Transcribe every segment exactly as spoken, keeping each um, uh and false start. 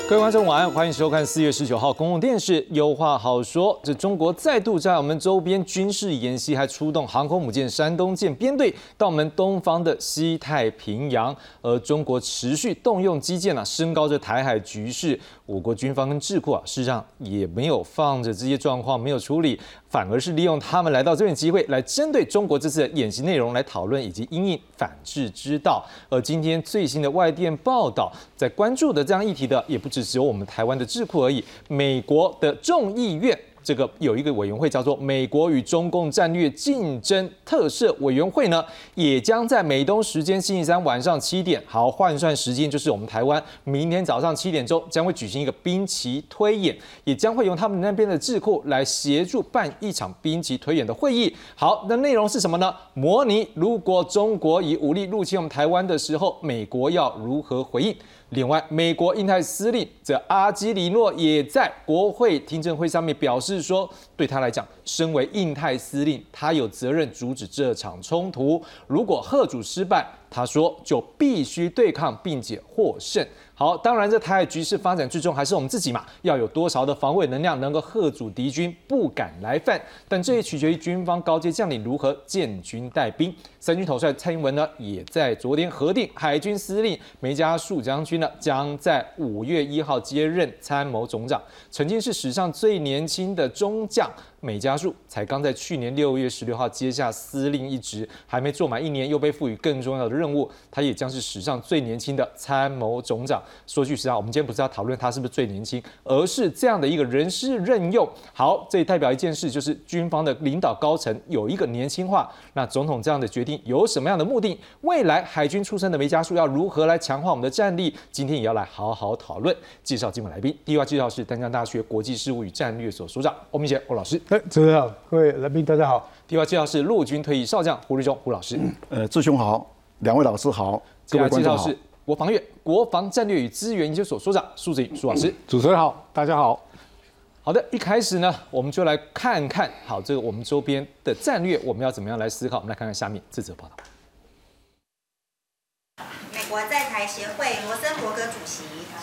各位观众晚安，欢迎收看四月十九号公共电视《有话好说》。这中国再度在我们周边军事演习，还出动航空母舰山东舰编队到我们东方的西太平洋，而中国持续动用基建啊，升高着台海局势。我国军方跟智库啊，事实上也没有放着这些状况没有处理，反而是利用他们来到这边机会，来针对中国这次的演习内容来讨论以及因应反制之道。而今天最新的外电报道，在关注的这样议题的，也不只只有我们台湾的智库而已，美国的众议院。这个有一个委员会叫做美国与中共战略竞争特设委员会呢，也将在美东时间星期三晚上七点，好换算时间就是我们台湾明天早上七点钟将会举行一个兵棋推演，也将会由他们那边的智库来协助办一场兵棋推演的会议。好，那内容是什么呢？模拟如果中国以武力入侵我们台湾的时候，美国要如何回应？另外，美国印太司令这阿基里诺也在国会听证会上面表示说，对他来讲，身为印太司令，他有责任阻止这场冲突。如果嚇阻失败，他说就必须对抗并且获胜。好，当然这台海局势发展最终还是我们自己嘛，要有多少的防卫能量能够嚇阻敌军不敢来犯，但这也取决于军方高阶将领如何建军带兵。三军统帅蔡英文呢，也在昨天核定海军司令梅家树将军呢，将在五月一号接任参谋总长，曾经是史上最年轻的中将。梅家树才刚在去年六月十六号接下司令一职，还没做满一年，又被赋予更重要的任务，他也将是史上最年轻的参谋总长。说句实话，我们今天不是要讨论他是不是最年轻，而是这样的一个人事任用。好，这也代表一件事，就是军方的领导高层有一个年轻化。那总统这样的决定有什么样的目的？未来海军出身的梅家树要如何来强化我们的战力？今天也要来好好讨论。介绍今晚来宾，第一位介绍是淡江大学国际事务与战略所所长欧明贤欧老师。 哎，主持人好，各位来宾大家好。 第二位介绍是陆军退役少将胡瑞中胡老师。 呃，志雄好，两位老师好，各位观众好。 介绍是国防院国防战略与资源研究所所长苏子宇苏老师。 主持人好，大家好。 好的，一开始呢，我们就来看看好这个我们周边的战略，我们要怎么样来思考？我们来看看下面这则报道。 美国在台协会罗森伯格主席。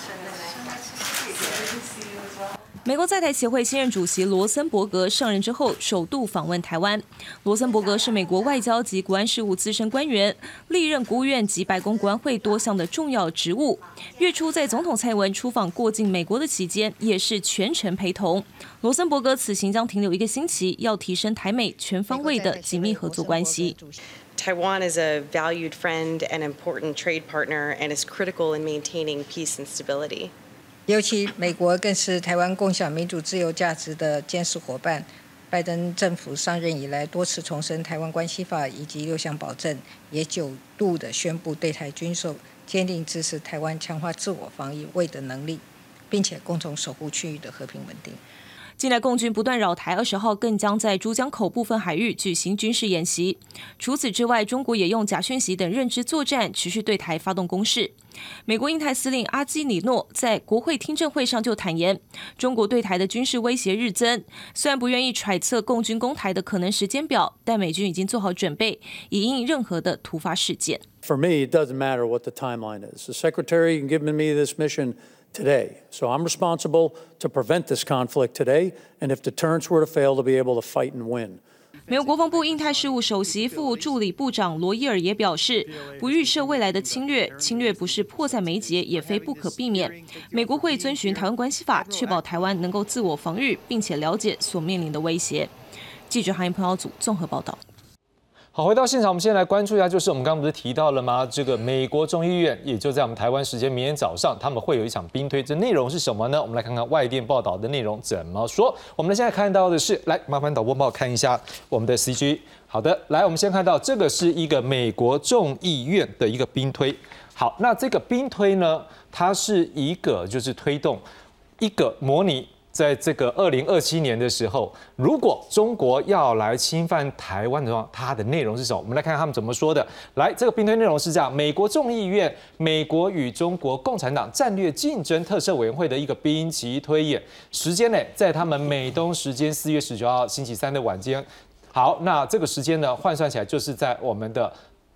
美国在台协会新任主席罗森伯格上任之后，首度访问台湾。罗森伯格是美国外交及国安事务资深官员，历任国务院及白宫国安会多项的重要职务。月初在总统蔡英文出访过境美国的期间，也是全程陪同。罗森伯格此行将停留一个星期，要提升台美全方位的紧密合作关系。 Taiwan is a valued friend and important trade partner and is critical in maintaining peace and stability. 尤其美国更是台湾共享民主自由价值的坚实伙伴。拜登政府上任以来，多次重申台湾关系法以及六项保证，也九度的宣布对台军售，坚定支持台湾强化自我防御的能力，并且共同守护区域的和平稳定。 近来共军不断扰台，二十号更将在珠江口部分海域举行军事演习。除此之外，中国也用假讯息等认知作战，持续对台发动攻势。美国印太司令阿基里诺在国会听证会上就坦言，中国对台的军事威胁日增。虽然不愿意揣测共军攻台的可能时间表，但美军已经做好准备，以因应任何的突发事件。 For me, it doesn't matter what the timeline is. The Secretary has given me this mission today. So I'm responsible to prevent this conflict today, and if deterrence were to fail, to be able to fight and win. 美国国防部印太事务首席副助理部长罗伊尔也表示，不预设未来的侵略，侵略不是迫在眉睫，也非不可避免。美国会遵循台湾关系法，确保台湾能够自我防御，并且了解所面临的威胁。记者韩颖彭瑶组综合报道。 好，回到现场，我们先来关注一下，就是我们刚刚不是提到了吗？这个美国众议院也就在我们台湾时间明天早上，他们会有一场兵推，这内容是什么呢？我们来看看外电报道的内容怎么说。我们现在看到的是，来麻烦导播帮我看一下我们的 C G。好的，来，我们先看到这个是一个美国众议院的一个兵推。好，那这个兵推呢，它是一个就是推动一个模拟。在这个二零二七年的时候，如果中国要来侵犯台湾的话，它的内容是什么？我们来看看他们怎么说的。来，这个兵推内容是这样：美国众议院美国与中国共产党战略竞争特设委员会的一个兵棋推演，时间呢，在他们美东时间四月十九号星期三的晚间。好，那这个时间呢，换算起来就是在我们的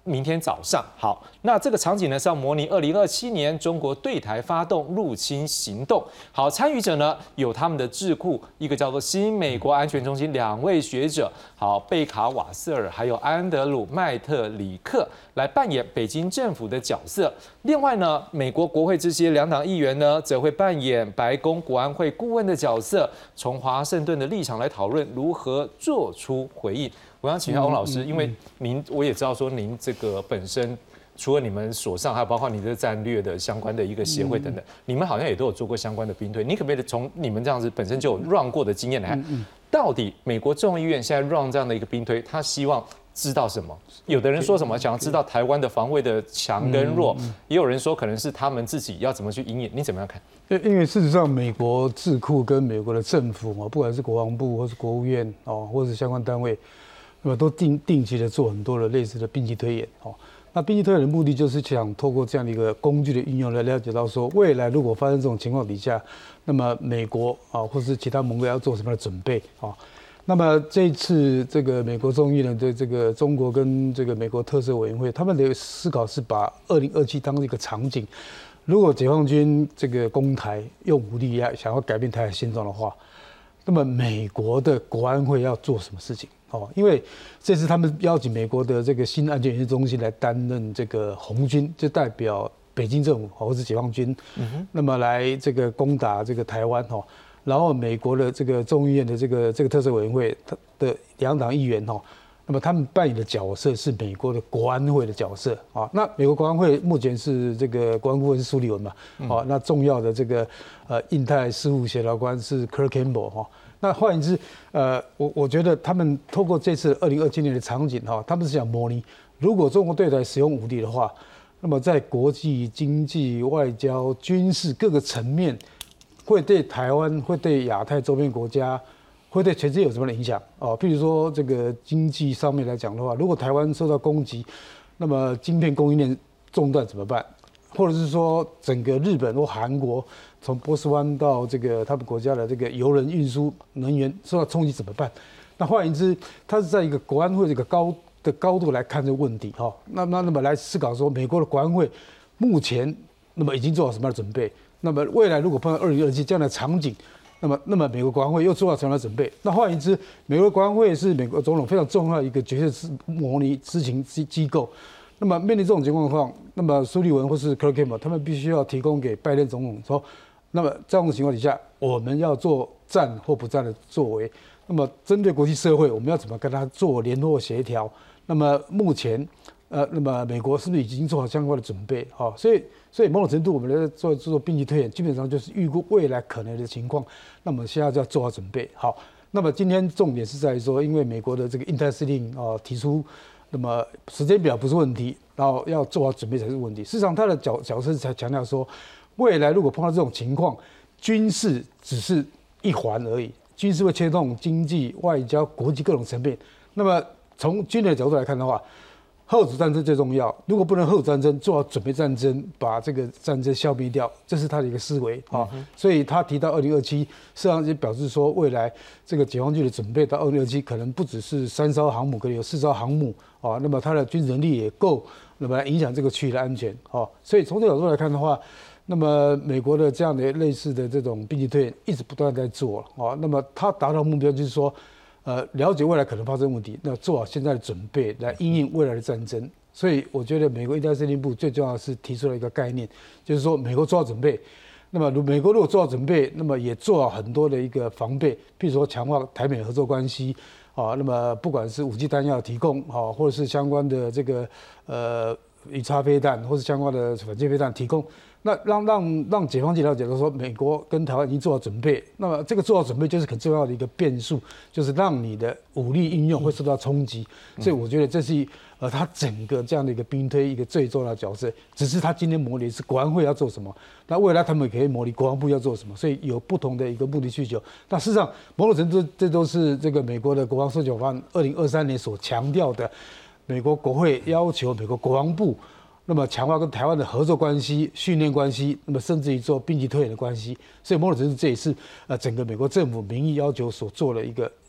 明天早上。好，那这个场景呢是要模拟二零二七年中国对台发动入侵行动。好，参与者呢有他们的智库，一个叫做新美国安全中心两位学者，好，贝卡瓦瑟尔还有安德鲁麦特里克来扮演北京政府的角色。另外呢，美国国会这些两党议员呢则会扮演白宫国安会顾问的角色，从华盛顿的立场来讨论如何做出回应。我想请教翁老师，因为您我也知道说您这个本身除了你们所上，还有包括你的战略的相关的一个协会等等，你们好像也都有做过相关的兵推。你可不可以从你们这样子本身就有 run 过的经验来看，到底美国众议院现在 run 这样的一个兵推，他希望知道什么？有的人说什么想要知道台湾的防卫的强跟弱，也有人说可能是他们自己要怎么去因应，你怎么样看？ 因为事实上，美国智库跟美国的政府啊，不管是国防部或是国务院哦，或是相关单位。那么都定定期的做很多的类似的兵棋推演哦。那兵棋推演的目的就是想透过这样的一个工具的运用来了解到说，未来如果发生这种情况底下，那么美国啊或是其他盟国要做什么样的准备啊？那么这一次这个美国众议院的这个中国跟这个美国特赦委员会，他们的思考是把二零二七当一个场景，如果解放军这个攻台用武力要想要改变台海现状的话，那么美国的国安会要做什么事情？哦，因为这次他们邀请美国的这个新安全研究中心来担任这个红军，就代表北京政府或是解放军，嗯、那么来这个攻打这个台湾哈。然后美国的这个众议院的这个这个特赦委员会的两党议员哈，那么他们扮演的角色是美国的国安会的角色啊。那美国国安会目前是这个国安顾问是苏利文嘛，啊，那重要的这个呃印太事务协调官是 Kurt Campbell 哈。那换言之，呃，我我觉得他们透过这次二零二七年的场景哈，他们是想模拟，如果中国对台使用武力的话，那么在国际经济、外交、军事各个层面，会对台湾、会对亚太周边国家、会对全世界有什么样的影响？哦，譬如说这个经济上面来讲的话，如果台湾受到攻击，那么晶片供应链中断怎么办？或者是说整个日本或韩国从波斯湾到这个他们国家的这个油轮运输能源受到冲击怎么办？那换言之，它是在一个国安会这个高的高度来看这个问题哈。那那那么来思考说，美国的国安会目前那么已经做好什么样的准备？那么未来如果碰到二零二七这样的场景，那么那么美国国安会又做好什么样的准备？那换言之，美国国安会是美国总统非常重要的一个决策模拟执行机机构。那么面对这种情况况，那么苏利文或是 Kurt Campbell 他们必须要提供给拜登总统说，那么这样的情况底下，我们要做战或不战的作为。那么针对国际社会，我们要怎么跟他做联络协调？那么目前，呃，那么美国是不是已经做好相关的准备？好，所以所以某种程度我们在做做兵棋推演，基本上就是预估未来可能的情况。那么现在就要做好准备。好，那么今天重点是在于说，因为美国的这个印太司令啊提出。那么时间表不是问题，然后要做好准备才是问题。事实上，他的角角色才强调说，未来如果碰到这种情况，军事只是一环而已，军事会牵动经济、外交、国际各种层面。那么从军人的角度来看的话，后主战争最重要。如果不能后主战争，做好准备战争，把这个战争消灭掉，这是他的一个思维啊。嗯、所以他提到二零二七，实际上也表示说，未来这个解放军的准备到二零二七，可能不只是三艘航母，可能有四艘航母啊。那么他的军事能力也够，那么来影响这个区域的安全啊。所以从这个角度来看的话，那么美国的这样的类似的这种兵棋推演，一直不断在做啊。那么他达到目标就是说。呃，了解未来可能发生问题，那做好现在的准备来因应未来的战争。所以我觉得美国印太司令部最重要的是提出了一个概念，就是说美国做好准备。那么美国如果做好准备，那么也做好很多的一个防备，譬如说强化台美合作关系啊。那么不管是武器弹药提供啊，或者是相关的这个呃鱼叉飞弹，或是相关的反舰飞弹提供。那让让让解放军了解到说，美国跟台湾已经做好准备。那么这个做好准备就是很重要的一个变数，就是让你的武力应用会受到冲击。所以我觉得这是呃他整个这样的一个兵推一个最重要的角色。只是他今天模拟是国安会要做什么，那未来他们也可以模拟国防部要做什么，所以有不同的一个目的需求。那事实上某种程度这都是这个美国的国防授权法案二零二三年所强调的，美国国会要求美国国防部。那么强化跟台湾的合作关系、训练关系，那么甚至于做兵棋推演的关系，所以某种程度这也是呃整个美国政府民意要求所做的一个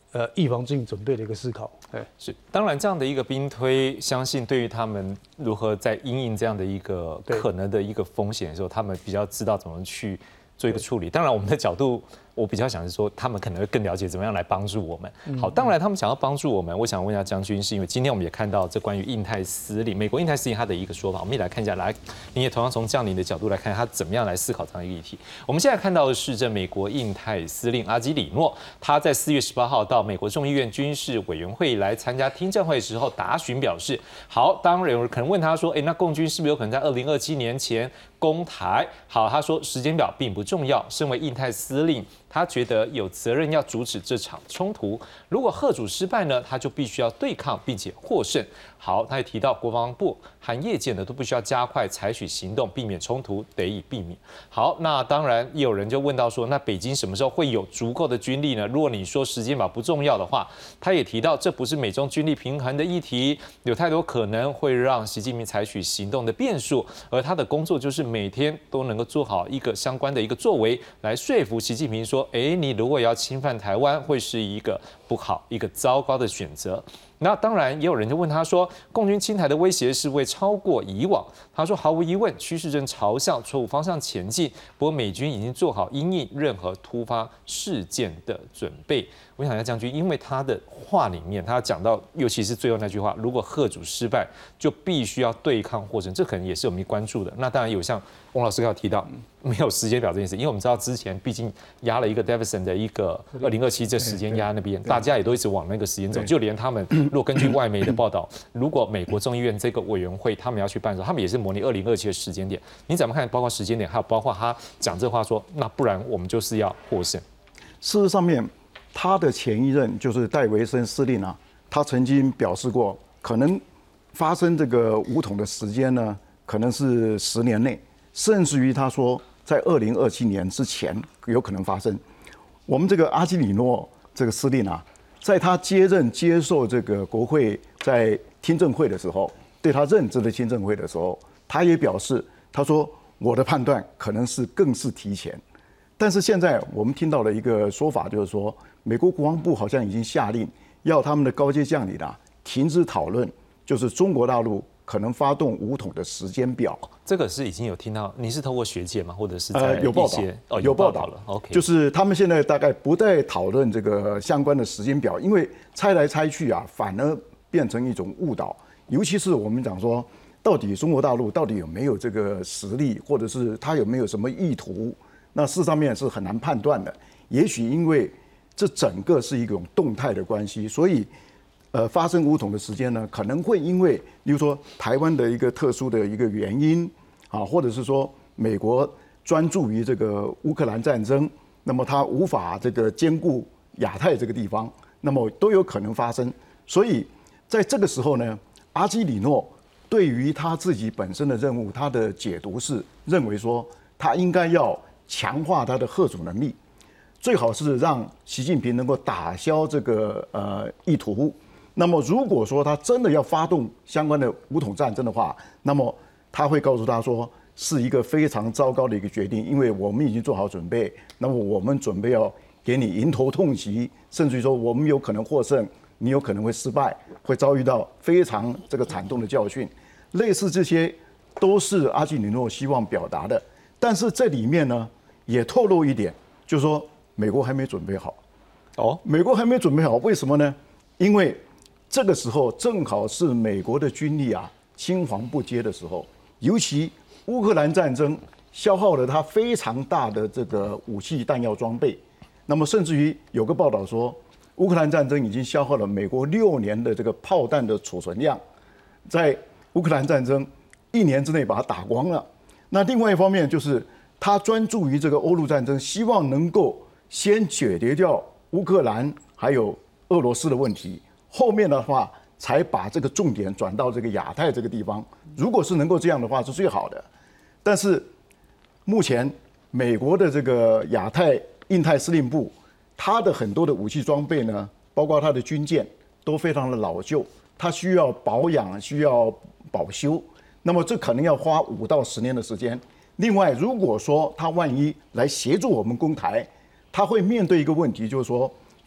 呃预防性准备的一个思考。哎， 是，当然这样的一个兵推，相信对于他们如何在因应这样的一个可能的一个风险的时候，他们比较知道怎么去做一个处理。当然，我们的角度，我比较想是说，他们可能会更了解怎么样来帮助我们。好，当然他们想要帮助我们，我想问一下将军，是因为今天我们也看到这关于印太司令，美国印太司令他的一个说法，我们也来看一下。来，你也同样从将领的角度来看，他怎么样来思考这样一个议题。我们现在看到的是，这美国印太司令阿基里诺，他在四月十八号到美国众议院军事委员会来参加听证会的时候答询表示，好，当然有人可能问他说，哎，那共军是不是有可能在二零二七年前攻台？好，他说时间表并不重要，身为印太司令，他觉得有责任要阻止这场冲突。如果嚇阻失败呢，他就必须要对抗并且获胜。好，他也提到国防部和业界呢都必须要加快采取行动，避免冲突，得以避免。好，那当然也有人就问到说，那北京什么时候会有足够的军力呢？如果你说时间表不重要的话，他也提到这不是美中军力平衡的议题，有太多可能会让习近平采取行动的变数，而他的工作就是每天都能够做好一个相关的一个作为，来说服习近平说，哎，你如果要侵犯台湾，会是一个不好、一个糟糕的选择。那当然，也有人就问他说，共军侵台的威胁是会超过以往？他说，毫无疑问，趋势正朝向错误方向前进。不过，美军已经做好因应任何突发事件的准备。我想一下，将军，因为他的话里面，他讲到，尤其是最后那句话，如果嚇阻失败，就必须要对抗获胜，这可能也是我们关注的。那当然有像翁老师刚才提到，没有时间表这件事，因为我们知道之前毕竟压了一个 Davidson 的一个二零二七这时间压那边，大家也都一直往那个时间走，就连他们如果根据外媒的报道，如果美国众议院这个委员会他们要去办的时候，他们也是模拟二零二七的时间点。你怎么看？包括时间点，还有包括他讲这话说，那不然我们就是要获胜。 事实上面，他的前一任就是戴维森司令啊，他曾经表示过，可能发生这个武统的时间呢，可能是十年内，甚至于他说在二零二七年之前有可能发生。我们这个阿基里诺这个司令啊，在他接任接受这个国会在听证会的时候，对他任职的听证会的时候，他也表示，他说我的判断可能是更是提前。但是现在我们听到了一个说法，就是说美国国防部好像已经下令要他们的高阶将领啊停止讨论，就是中国大陆可能发动武统的时间表。 这个是已经有听到，你是透过学界吗？或者是在呃有报道哦有报道了 ？OK， 就是他们现在大概不再讨论这个相关的时间表，因为猜来猜去啊，反而变成一种误导。尤其是我们讲说，到底中国大陆到底有没有这个实力，或者是他有没有什么意图？那事实上面是很难判断的。也许因为这整个是一种动态的关系，所以呃发生武统的时间呢，可能会因为，例如说台湾的一个特殊的一个原因啊，或者是说美国专注于这个乌克兰战争，那么它无法这个兼顾亚太这个地方，那么都有可能发生。所以在这个时候呢，阿基里诺对于他自己本身的任务，他的解读是认为说，他应该要强化他的嚇阻能力，最好是让习近平能够打消这个呃意图。那么如果说他真的要发动相关的武统战争的话，那么他会告诉他说，是一个非常糟糕的一个决定，因为我们已经做好准备，那么我们准备要给你迎头痛击，甚至于说我们有可能获胜，你有可能会失败，会遭遇到非常这个惨痛的教训。类似这些都是阿基里诺希望表达的，但是这里面呢也透露一点，就是说美国还没准备好。 哦， 美国还没准备好，为什么呢？因为这个时候正好是美国的军力啊青黄不接的时候，尤其乌克兰战争消耗了它非常大的这个武器弹药装备，那么甚至于有个报道说，乌克兰战争已经消耗了美国六年的这个炮弹的储存量，在乌克兰战争一年之内把它打光了。那另外一方面就是他专注于这个欧陆战争，希望能够先解决掉乌克兰还有俄罗斯的问题，后面的话才把这个重点转到这个亚太这个地方。如果是能够这样的话，是最好的。但是目前美国的这个亚太印太司令部，它的很多的武器装备呢，包括它的军舰都非常的老旧，它需要保养，需要保修。那么这可能要花五到十年的时间。另外，如果说他万一来协助我们攻台，他会面对一个问题，就是说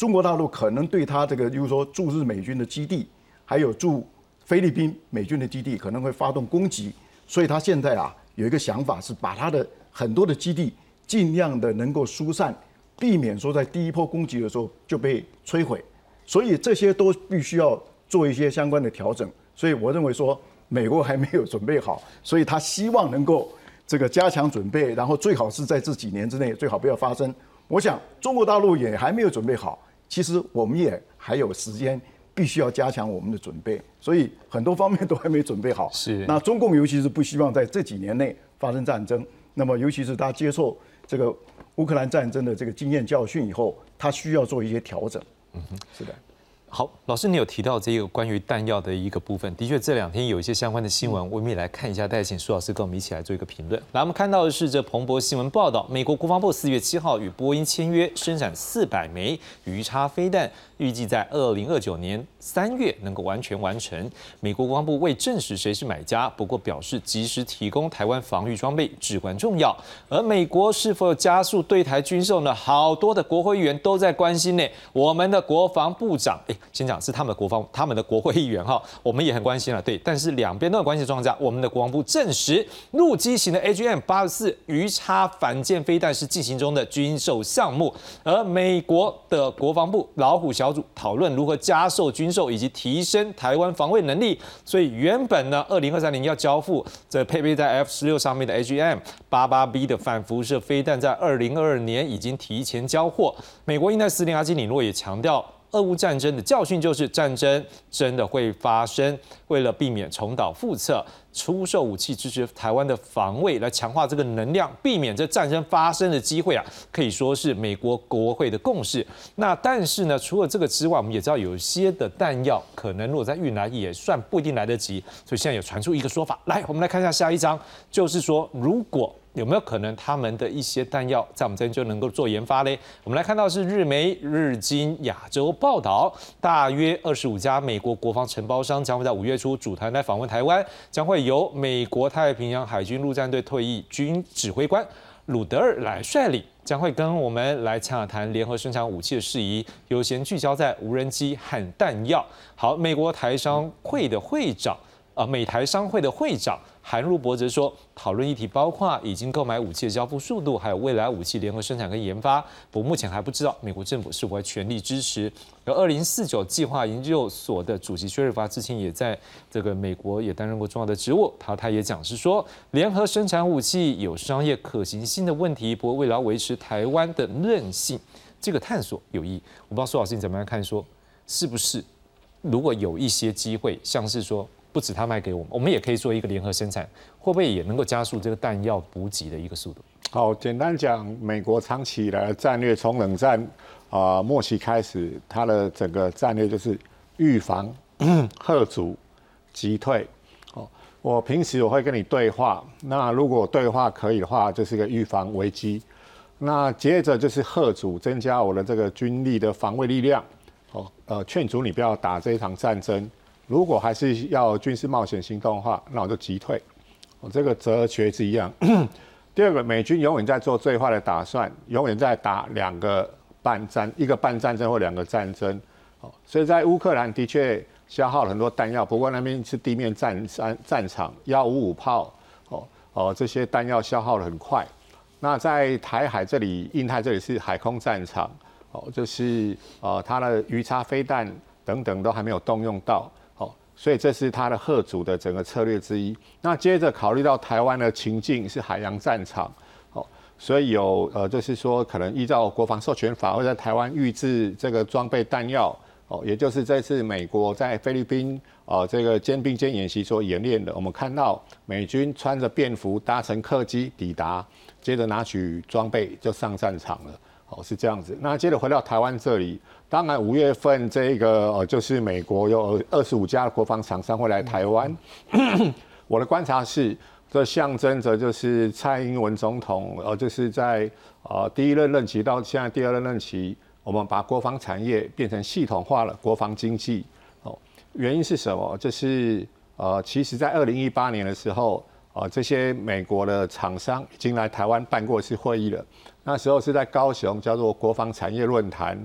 中国大陆可能对他这个，比如说驻日美军的基地，还有驻菲律宾美军的基地，可能会发动攻击。所以他现在啊有一个想法是把他的很多的基地尽量的能够疏散，避免说在第一波攻击的时候就被摧毁。所以这些都必须要做一些相关的调整。所以我认为说美国还没有准备好，所以他希望能够这个加强准备，然后最好是在这几年之内最好不要发生。我想中国大陆也还没有准备好，其实我们也还有时间，必须要加强我们的准备，所以很多方面都还没准备好。 是， 那中共尤其是不希望在这几年内发生战争，那么尤其是他接受这个乌克兰战争的这个经验教训以后，他需要做一些调整。嗯哼，是的。 好，老师，你有提到这个关于弹药的一个部分，的确这两天有一些相关的新闻，我们也来看一下，再请苏老师跟我们一起来做一个评论。来，我们看到的是这彭博新闻报道，美国国防部四月七号与波音签约生产四百枚鱼叉飞弹，预计在二零二九年三月能够完全完成。美国国防部未证实谁是买家，不过表示及时提供台湾防御装备至关重要。而美国是否有加速对台军售呢？好多的国会议员都在关心呢。我们的国防部长，哎。先讲是他们的国防，他们的国会议员哈，我们也很关心了，对。但是两边都有关系的状况下，我们的国防部证实，陆基型的 A G M 八十四鱼叉反舰飞弹是进行中的军售项目，而美国的国防部老虎小组讨论如何加售军售以及提升台湾防卫能力，所以原本呢，二零二三年要交付这配备在 F 十六上面的 A G M 八十八 B 的反辐射飞弹，在二零二二年已经提前交货。美国印太司令阿基里诺也强调，俄乌战争的教训就是战争真的会发生，为了避免重蹈覆辙，出售武器支持台湾的防卫，来强化这个能量，避免这战争发生的机会啊，可以说是美国国会的共识。那但是呢，除了这个之外，我们也知道有些的弹药可能如果在运来也算不一定来得及，所以现在有传出一个说法，来，我们来看一下下一章，就是说如果有没有可能他们的一些弹药在我们这边就能够做研发嘞？我们来看到是日媒日经亚洲报道，大约二十五家美国国防承包商将会在五月初组团来访问台湾，将会由美国太平洋海军陆战队退役军指挥官鲁德尔来率领，将会跟我们来洽谈联合生产武器的事宜，优先聚焦在无人机和弹药。好，美国台商会的会长。呃，美台商会的会长韩入博则说，讨论议题包括已经购买武器的交付速度，还有未来武器联合生产跟研发。不过目前还不知道美国政府是否会全力支持。而二零四九计划研究所的主席薛瑞发之前也在这个美国也担任过重要的职务，他他也讲是说，联合生产武器有商业可行性的问题，不过为了维持台湾的韧性，这个探索有益。我不知道苏老师你怎么样看说，是不是如果有一些机会，像是说。不止他卖给我们，我们也可以做一个联合生产，会不会也能够加速这个弹药补给的一个速度？ 好，简单讲，美国长期以来的战略，从冷战啊、呃、末期开始，它的整个战略就是预防、嚇阻、击退。哦，我平时我会跟你对话，那如果对话可以的话，就是一个预防危机。那接着就是嚇阻，增加我的这个军力的防卫力量。哦，呃，劝阻你不要打这一场战争。如果还是要军事冒险行动的话，那我就击退。我这个哲学是一样。第二个，美军永远在做最坏的打算，永远在打两个半战，一个半战争或两个战争。所以在乌克兰的确消耗了很多弹药，不过那边是地面战战战场，幺五五炮，哦哦，这些弹药消耗得很快。那在台海这里，印太这里是海空战场，哦，就是呃它的鱼叉飞弹等等都还没有动用到。所以这是它的嚇阻的整个策略之一。那接着考虑到台湾的情境是海洋战场，哦，所以有呃，就是说可能依照国防授权法，会在台湾预置这个装备弹药，哦，也就是这次美国在菲律宾呃这个肩并肩演习所演练的，我们看到美军穿着便服搭乘客机抵达，接着拿取装备就上战场了。哦，是这样子。那接着回到台湾这里，当然五月份这个呃，就是美国有二十五家国防厂商会来台湾。我的观察是，这象征着就是蔡英文总统呃，就是在呃第一任任期到现在第二任任期，我们把国防产业变成系统化了国防经济。哦，原因是什么？就是呃，其实在二零一八年的时候，呃，这些美国的厂商已经来台湾办过一次会议了。那时候是在高雄，叫做国防产业论坛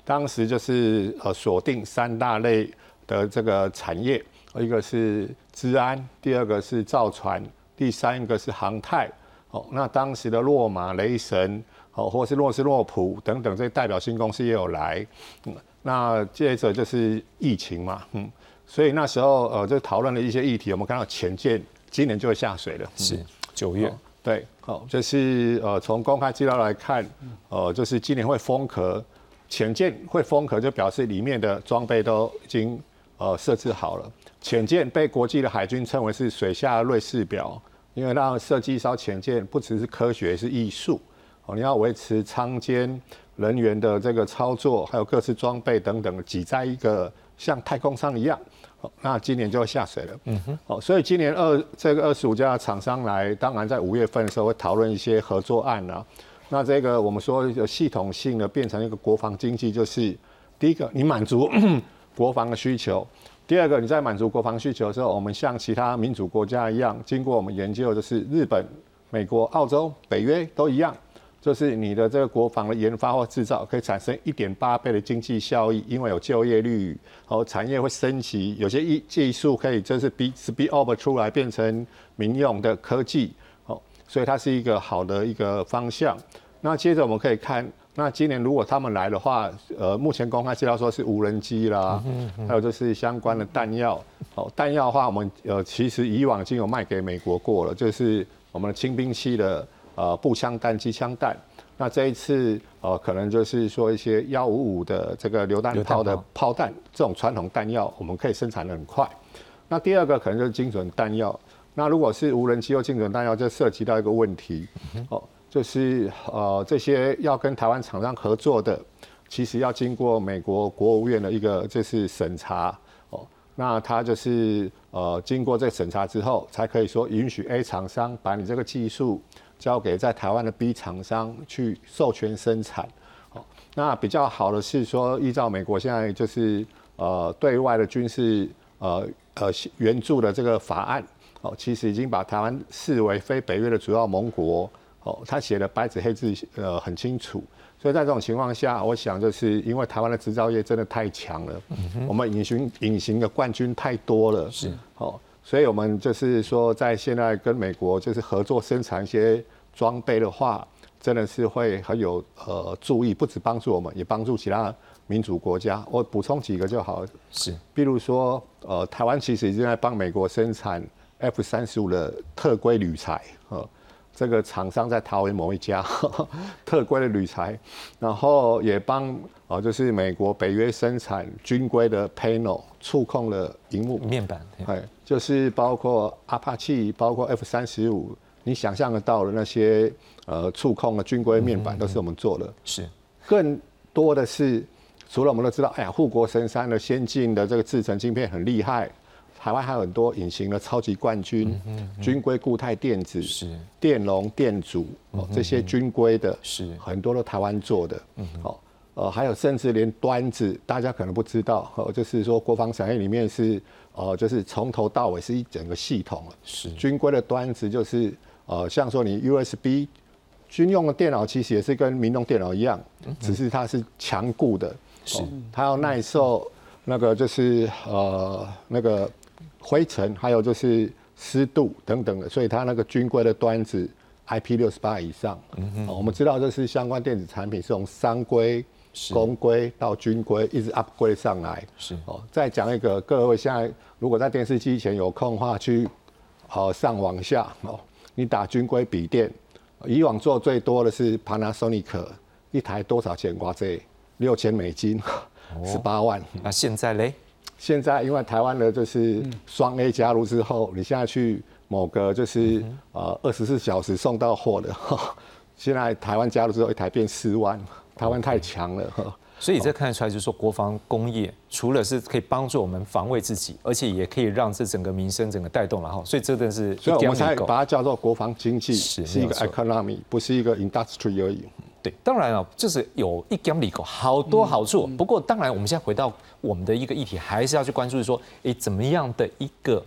当时就是呃锁定三大类的这个产业，一个是资安，第二个是造船，第三个是航太。哦，那当时的洛马、雷神，哦，或是洛斯诺普等等这些代表性公司也有来。嗯，那接着就是疫情嘛，嗯，所以那时候呃就讨论了一些议题，我们看到潜舰今年就会下水了，嗯、 是九月、哦， 对，好，就是呃从公开资料来看，呃就是今年会封壳，潜舰会封壳就表示里面的装备都已经呃设置好了。潜舰被国际的海军称为是水下瑞士表。因为让设计一艘潜舰不只是科学，是艺术哦。你要维持舱间人员的这个操作，还有各式装备等等，挤在一个像太空舱一样。哦，那今年就会下水了。嗯哼。哦，所以今年二这个二十五家厂商来，当然在五月份的时候会讨论一些合作案啊。那这个我们说有系统性的变成一个国防经济，就是第一个你满足国防的需求。第二个，你在满足国防需求的时候，我们像其他民主国家一样，经过我们研究，就是日本、美国、澳洲、北约都一样，就是你的这个国防的研发或制造可以产生一点八倍的经济效益，因为有就业率，哦，产业会升级，有些技技术可以就是 speed over 出来变成民用的科技，哦，所以它是一个好的一个方向。那接着我们可以看。那今年如果他们来的话，呃，目前公开资料说是无人机啦，嗯嗯、还有就是相关的弹药。哦，弹药的话，我们呃其实以往已经有卖给美国过了，就是我们的轻兵器的呃步枪弹、机枪弹。那这一次呃可能就是说一些幺五五的这个榴弹炮的炮弹，这种传统弹药我们可以生产得很快。那第二个可能就是精准弹药。那如果是无人机或精准弹药，就涉及到一个问题，哦。就是呃这些要跟台湾厂商合作的，其实要经过美国国务院的一个就是审查哦，那它就是呃经过这个审查之后，才可以说允许 A 厂商把你这个技术交给在台湾的 B 厂商去授权生产。哦，那比较好的是说，依照美国现在就是呃对外的军事呃呃援助的这个法案哦，其实已经把台湾视为非北约的主要盟国。哦，他写的白纸黑字，呃，很清楚。所以在这种情况下，我想就是因为台湾的制造业真的太强了，嗯、我们隐形隐形的冠军太多了，是哦，所以我们就是说，在现在跟美国就是合作生产一些装备的话，真的是会很有呃注意，不只帮助我们，也帮助其他民主国家。我补充几个就好了，是，比如说呃，台湾其实已经在帮美国生产 F 三十五的特规铝材，呃。这个厂商在桃园某一家呵呵特规的铝材，然后也帮哦，就是美国北约生产军规的 panel 触控的萤幕面板， 哎，就是包括阿帕奇，包括 F 三十五，你想象得到的那些呃触控的军规面板都是我们做的。是，更多的是除了我们都知道，哎呀，护国神山的先进的这个制程晶片很厉害。台湾还有很多隐形的超级冠军，嗯嗯嗯、军规固态电子、是电容、电阻、哦、这些军规的，是很多都台湾做的。嗯、哦，呃，还有甚至连端子，大家可能不知道，哦，就是说国防产业里面是，呃，就是从头到尾是一整个系统了。是军规的端子就是，呃，像说你 U S B， 军用的电脑其实也是跟民用电脑一样，嗯、只是它是强固的，是、哦、它要耐受那个就是呃那个。灰尘，还有就是湿度等等的，所以它那个军规的端子 I P 六十八以上。嗯哦、我们知道这是相关电子产品是从商规、公规到军规一直 upgrade 上来。是哦，再讲一个，各位现在如果在电视机前有空的话，去呃上网下哦，你打军规笔电，以往做最多的是 Panasonic， 一台多少钱？哇塞，六千美金，十八万。 那现在嘞？ 现在因为台湾的就是双 A 加入之后，你现在去某个就是呃二十四小时送到货的，现在台湾加入之后一台变四万，台湾太强了。 所以这看得出来，就是说国防工业除了是可以帮助我们防卫自己，而且也可以让这整个民生整个带动了哈。所以这真的是， 所以我们才把它叫做国防经济，是, 是一个 economy， 不是一个 industry 而已。 对，当然啊，就是有一点里口好多好处。嗯嗯、不过当然，我们现在回到我们的一个议题，还是要去关注说，哎，怎么样的一个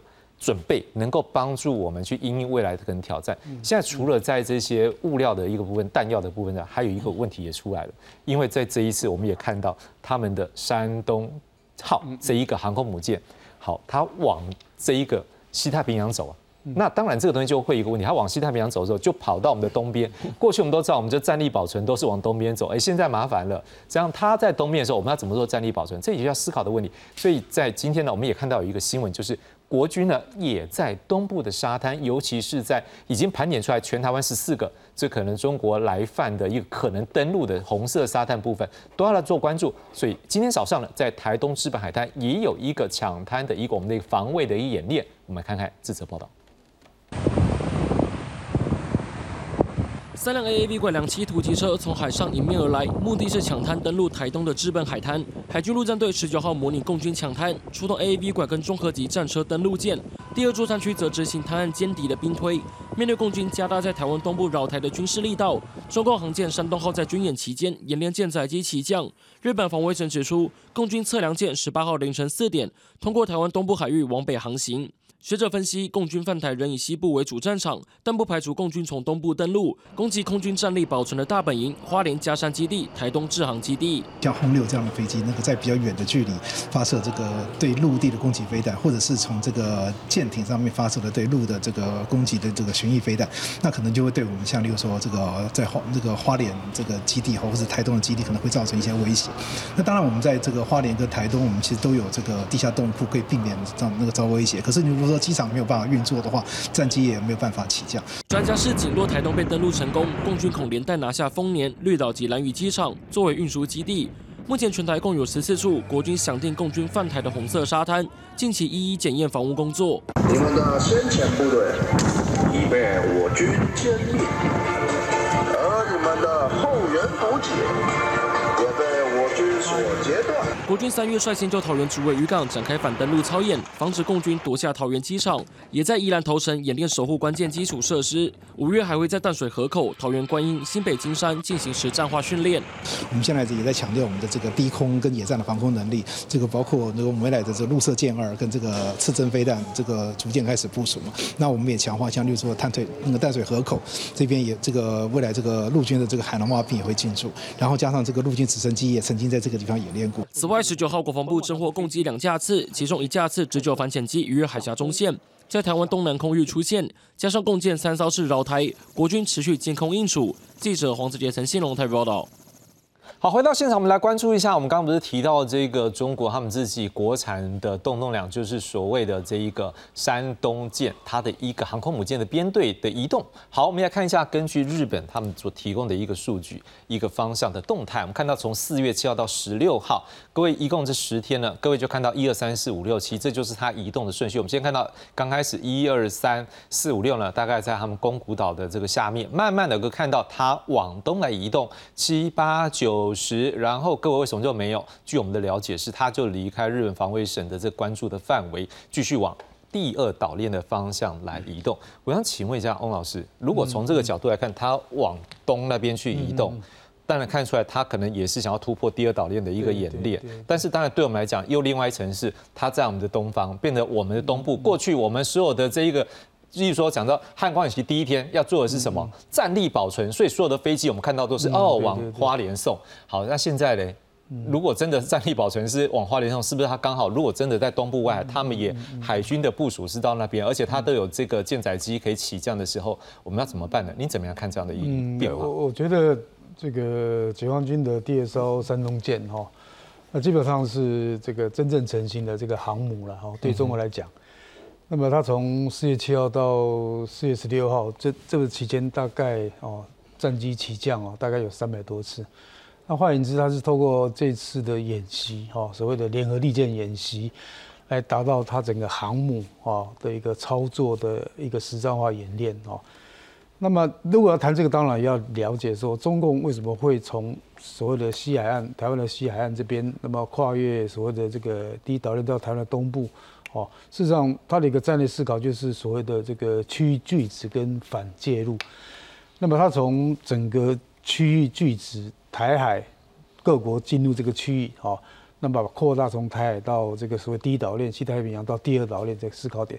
准备能够帮助我们去因应未来的可能挑战。现在除了在这些物料的一个部分、弹药的部分呢，还有一个问题也出来了，因为在这一次我们也看到他们的山东号这一个航空母舰，好，它往这一个西太平洋走啊。那当然，这个东西就会有一个问题，它往西太平洋走的时候，就跑到我们的东边。过去我们都知道，我们就战力保存都是往东边走，哎，现在麻烦了。这样它在东边的时候，我们要怎么做战力保存？这也是要思考的问题。所以在今天呢，我们也看到有一个新闻，就是国军呢也在东部的沙滩，尤其是在已经盘点出来全台湾十四个这可能中国来犯的一个可能登陆的红色沙滩部分，都要来做关注。所以今天早上呢，在台东知本海滩也有一个抢滩的一个我们的防卫的一个演练，我们来看看这则报道。 三辆 A A V 拐两栖突击车从海上迎面而来，目的是抢滩登陆台东的知本海滩。海军陆战队十九号模拟共军抢滩，出动 A A V 拐跟综合级战车登陆舰。第二作战区则执行滩岸歼敌的兵推。面对共军加大在台湾东部扰台的军事力道，中共航舰山东号在军演期间演练舰载机起降。日本防卫省指出，共军测量舰十八号凌晨四点通过台湾东部海域往北航行。学者分析，共军犯台仍以西部为主战场，但不排除共军从东部登陆，攻击空军战力保存的大本营花莲嘉山基地、台东制航基地。 像轰六这样的飞机，那个在比较远的距离发射这个对陆地的攻击飞弹，或者是从这个舰艇上面发射的对陆的这个攻击的这个巡弋飞弹，那可能就会对我们像例如说这个在花这个花莲这个基地或者是台东的基地，可能会造成一些威胁。那当然，我们在这个花莲跟台东，我们其实都有这个地下洞库，可以避免这样那个遭威胁。可是你如果说机场没有办法运作的话，战机也没有办法起降。 专家示警，若台东被登陆成功，共军恐连带拿下丰年、绿岛及兰屿机场作为运输基地。目前全台共有十四处国军响定共军犯台的红色沙滩，近期一一检验防务工作。 你们的先遣部队已被我军歼灭，而你们的后援补给也被我军所截断。 国军三月率先就桃园竹围渔港展开反登陆操演，防止共军夺下桃园机场，也在宜兰头城演练守护关键基础设施。五月还会在淡水河口、桃园观音、新北金山进行实战化训练。 我们现在也在强调我们的这个低空跟野战的防空能力，这个包括那个我们未来的这个陆射舰二跟这个刺针飞弹，这个逐渐开始部署嘛。那我们也强化，像例如说淡水那个淡水河口这边也这个未来这个陆军的这个海狼蛙兵也会进驻，然后加上这个陆军直升机也曾经在这个地方演练过。 此外，十九号国防部侦获共机两架次，其中一架次直九反潜机逾越海峡中线，在台湾东南空域出现，加上共建三艘式绕台，国军持续监控应处。记者黄子杰、陈信龙台报道。 好，回到现场，我们来关注一下，我们刚刚不是提到这个中国他们自己国产的动动两，就是所谓的这一个山东舰，它的一个航空母舰的编队的移动。好，我们来看一下，根据日本他们所提供的一个数据，一个方向的动态。我们看到从四月七号到十六号，各位一共这十天呢，各位就看到一二三四五六七，这就是它移动的顺序。我们先看到刚开始一二三四五六呢，大概在他们宫古岛的这个下面，慢慢的可以看到它往东来移动，七八九。十，然后各位为什么就没有？据我们的了解是，它就离开日本防卫省的这关注的范围，继续往第二岛链的方向来移动。我想请问一下翁老师，如果从这个角度来看，它往东那边去移动，当然看出来它可能也是想要突破第二岛链的一个演练，但是当然对我们来讲，又另外一层是它在我们的东方，变得我们的东部。过去我们所有的这一个。例如说，讲到汉光演习第一天要做的是什么？战力保存，所以所有的飞机我们看到都是哦往花莲送。好，那现在呢？如果真的战力保存是往花莲送，是不是它刚好？如果真的在东部外海，他们也海军的部署是到那边，而且它都有这个舰载机可以起降的时候，我们要怎么办呢？你怎么样看这样的一变化？ 我我觉得这个解放军的第二艘山东舰哈，那基本上是这个真正成型的这个航母了哈。对中国来讲。那么它从四月七号到四月十六号，这这个期间大概哦战机起降哦，大概有三百多次。那换言之，它是透过这次的演习哦，所谓的联合利剑演习，来达到它整个航母啊的一个操作的一个实战化演练哦。那么如果要谈这个，当然要了解说中共为什么会从所谓的西海岸、台湾的西海岸这边，那么跨越所谓的这个第一岛链到台湾的东部。哦，事实上，它的一个战略思考就是所谓的这个区域拒止跟反介入。那么，它从整个区域拒止台海各国进入这个区域，哦，那么扩大从台海到这个所谓第一岛链、西太平洋到第二岛链这个思考点，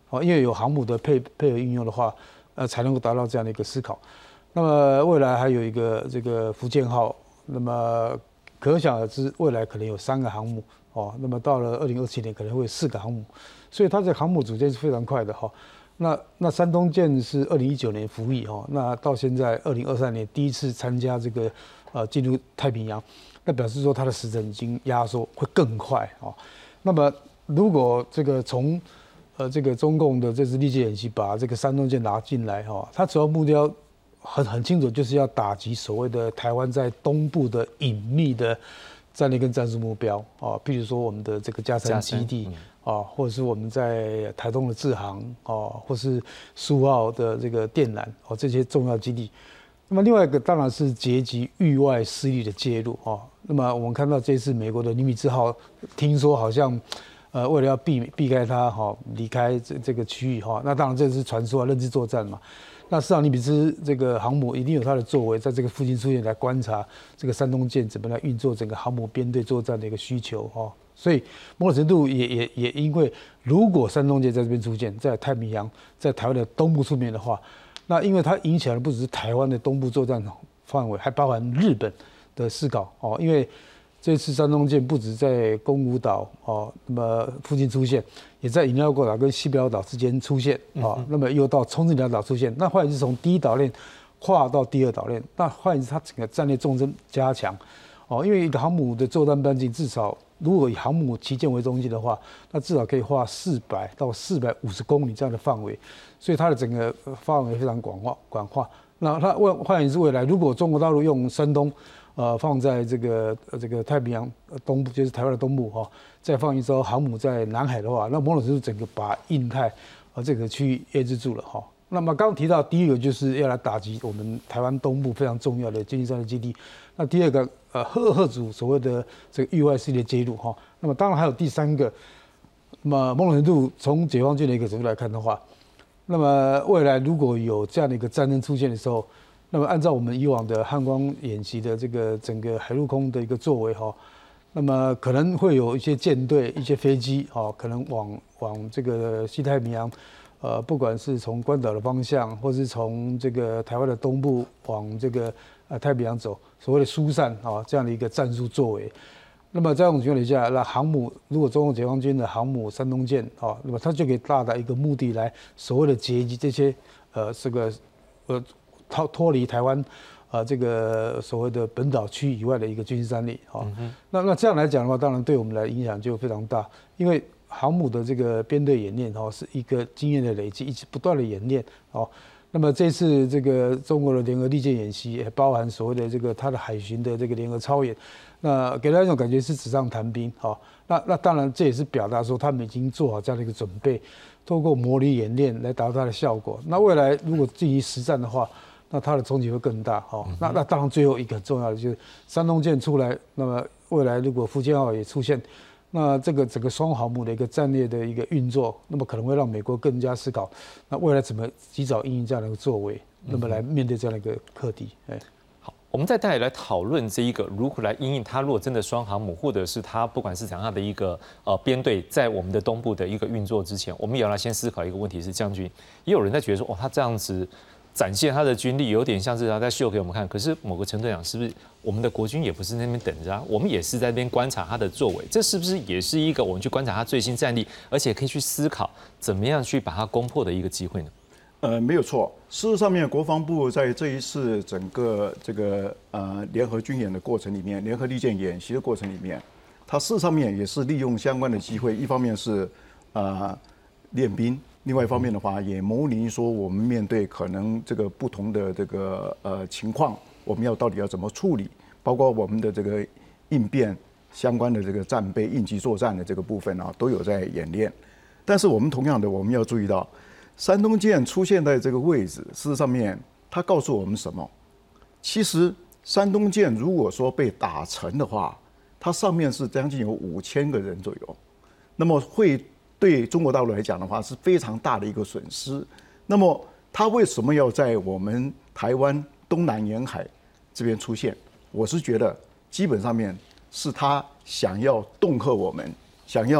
哦，因为有航母的配配合运用的话，呃，才能够达到这样的一个思考。那么未来还有一个这个福建号，那么可想而知，未来可能有三个航母哦。那么到了二零二七年，可能会有四个航母，所以它这航母组建是非常快的哈。那那山东舰是二零一九年服役哈，那到现在二零二三年第一次参加这个呃进入太平洋，那表示说它的时程已经压缩会更快哦。那么如果这个从呃这个中共的这次历届演习把这个山东舰拿进来哈，它主要目标很很清楚，就是要打击所谓的台湾在东部的隐秘的战略跟战术目标啊，譬如说我们的这个嘉山基地啊，或者是我们在台东的志航啊，或是苏澳的这个电缆哦，这些重要基地。那么另外一个当然是截击域外势力的介入啊。那么我们看到这次美国的尼米兹号，听说好像呃为了要避避开它哈离开这这个区域哈，那当然这是传说啊，认知作战嘛。那事实上，尼米兹这个航母一定有它的作为，在这个附近出现来观察这个山东舰怎么来运作整个航母编队作战的一个需求哈。所以某种程度也也也因为，如果山东舰在这边出现，在太平洋，在台湾的东部出面的话，那因为它影响的不只是台湾的东部作战范围，还包含日本的思考哦。因为这次山东舰不止在宫古岛哦，那么附近出现，也在饮料过岛跟西表岛之间出现啊、哦，那么又到冲绳两岛出现。那换言之，从第一岛链跨到第二岛链，那换言之，它整个战略纵深加强哦。因为一个航母的作战半径至少，如果以航母旗舰为中心的话，那至少可以画四百到四百五十公里这样的范围，所以它的整个范围非常广化广化。那它换换言之，未来如果中国大陆用山东呃，放在这个呃这个太平洋东部，就是台湾的东部哈、哦，再放一艘航母在南海的话，那某种程度整个把印太呃这个区域压制住了哈、哦。那么刚刚提到第一个就是要来打击我们台湾东部非常重要的经济战略基地，那第二个呃遏遏阻所谓的这个域外势力的介入哈、哦。那么当然还有第三个，那么某种程度从解放军的一个角度来看的话，那么未来如果有这样的一个战争出现的时候，那么按照我们以往的汉光演习的这个整个海陆空的一个作为哈，那么可能会有一些舰队、一些飞机哈，可能往往这个西太平洋，呃，不管是从关岛的方向，或是从这个台湾的东部往这个呃太平洋走，所谓的疏散啊这样的一个战术作为。那么在这种情况底下，那航母如果中共解放军的航母山东舰啊，那么它就可以达到一个目的来所谓的截击这些呃这个呃。脱脱离台湾，呃，这个所谓的本岛区以外的一个军事战力啊，嗯、那那这样来讲的话，当然对我们来影响就非常大，因为航母的这个编队演练哦，是一个经验的累积，一直不断的演练哦。那么这次这个中国的联合利剑演习，也包含所谓的这个它的海巡的这个联合操演，那给人一种感觉是纸上谈兵啊。那那当然这也是表达说他们已经做好这样的一个准备，透过模拟演练来达到它的效果。那未来如果进行实战的话，那它的冲击会更大，哈、哦。那那当然，最后一个很重要的就是山东舰出来，那么未来如果福建号也出现，那这个整个双航母的一个战略的一个运作，那么可能会让美国更加思考，那未来怎么及早应应这样的一个作为，那么来面对这样的一个课题。哎， 好，我们再带来讨论这一个如何来因应它，如果真的双航母，或者是它不管是怎样的一个呃编队在我们的东部的一个运作之前，我们也要来先思考一个问题是，将军也有人在觉得说，哦，他这样子展现他的军力，有点像是他在秀给我们看。可是某个程度讲，是不是我们的国军也不是那边等着啊？我们也是在那边观察他的作为，这是不是也是一个我们去观察他最新战力，而且可以去思考怎么样去把它攻破的一个机会呢？ 呃，没有错。事实上面，国防部在这一次整个这个呃联合军演的过程里面，联合利剑演习的过程里面，它事实上面也是利用相关的机会，一方面是呃练兵。另外一方面的话，也模拟说我们面对可能这个不同的这个呃情况，我们要到底要怎么处理，包括我们的这个应变相关的这个战备、应急作战的这个部分啊，都有在演练。但是我们同样的，我们要注意到，山东舰出现在这个位置，事实上面它告诉我们什么？其实山东舰如果说被打沉的话，它上面是将近有五千个人左右，那么会对中国大陆来讲的话是非常大的一个损失。那么它为什么要在我们台湾东南沿海这边出现？我是觉得基本上面是他想要恫吓我们，想要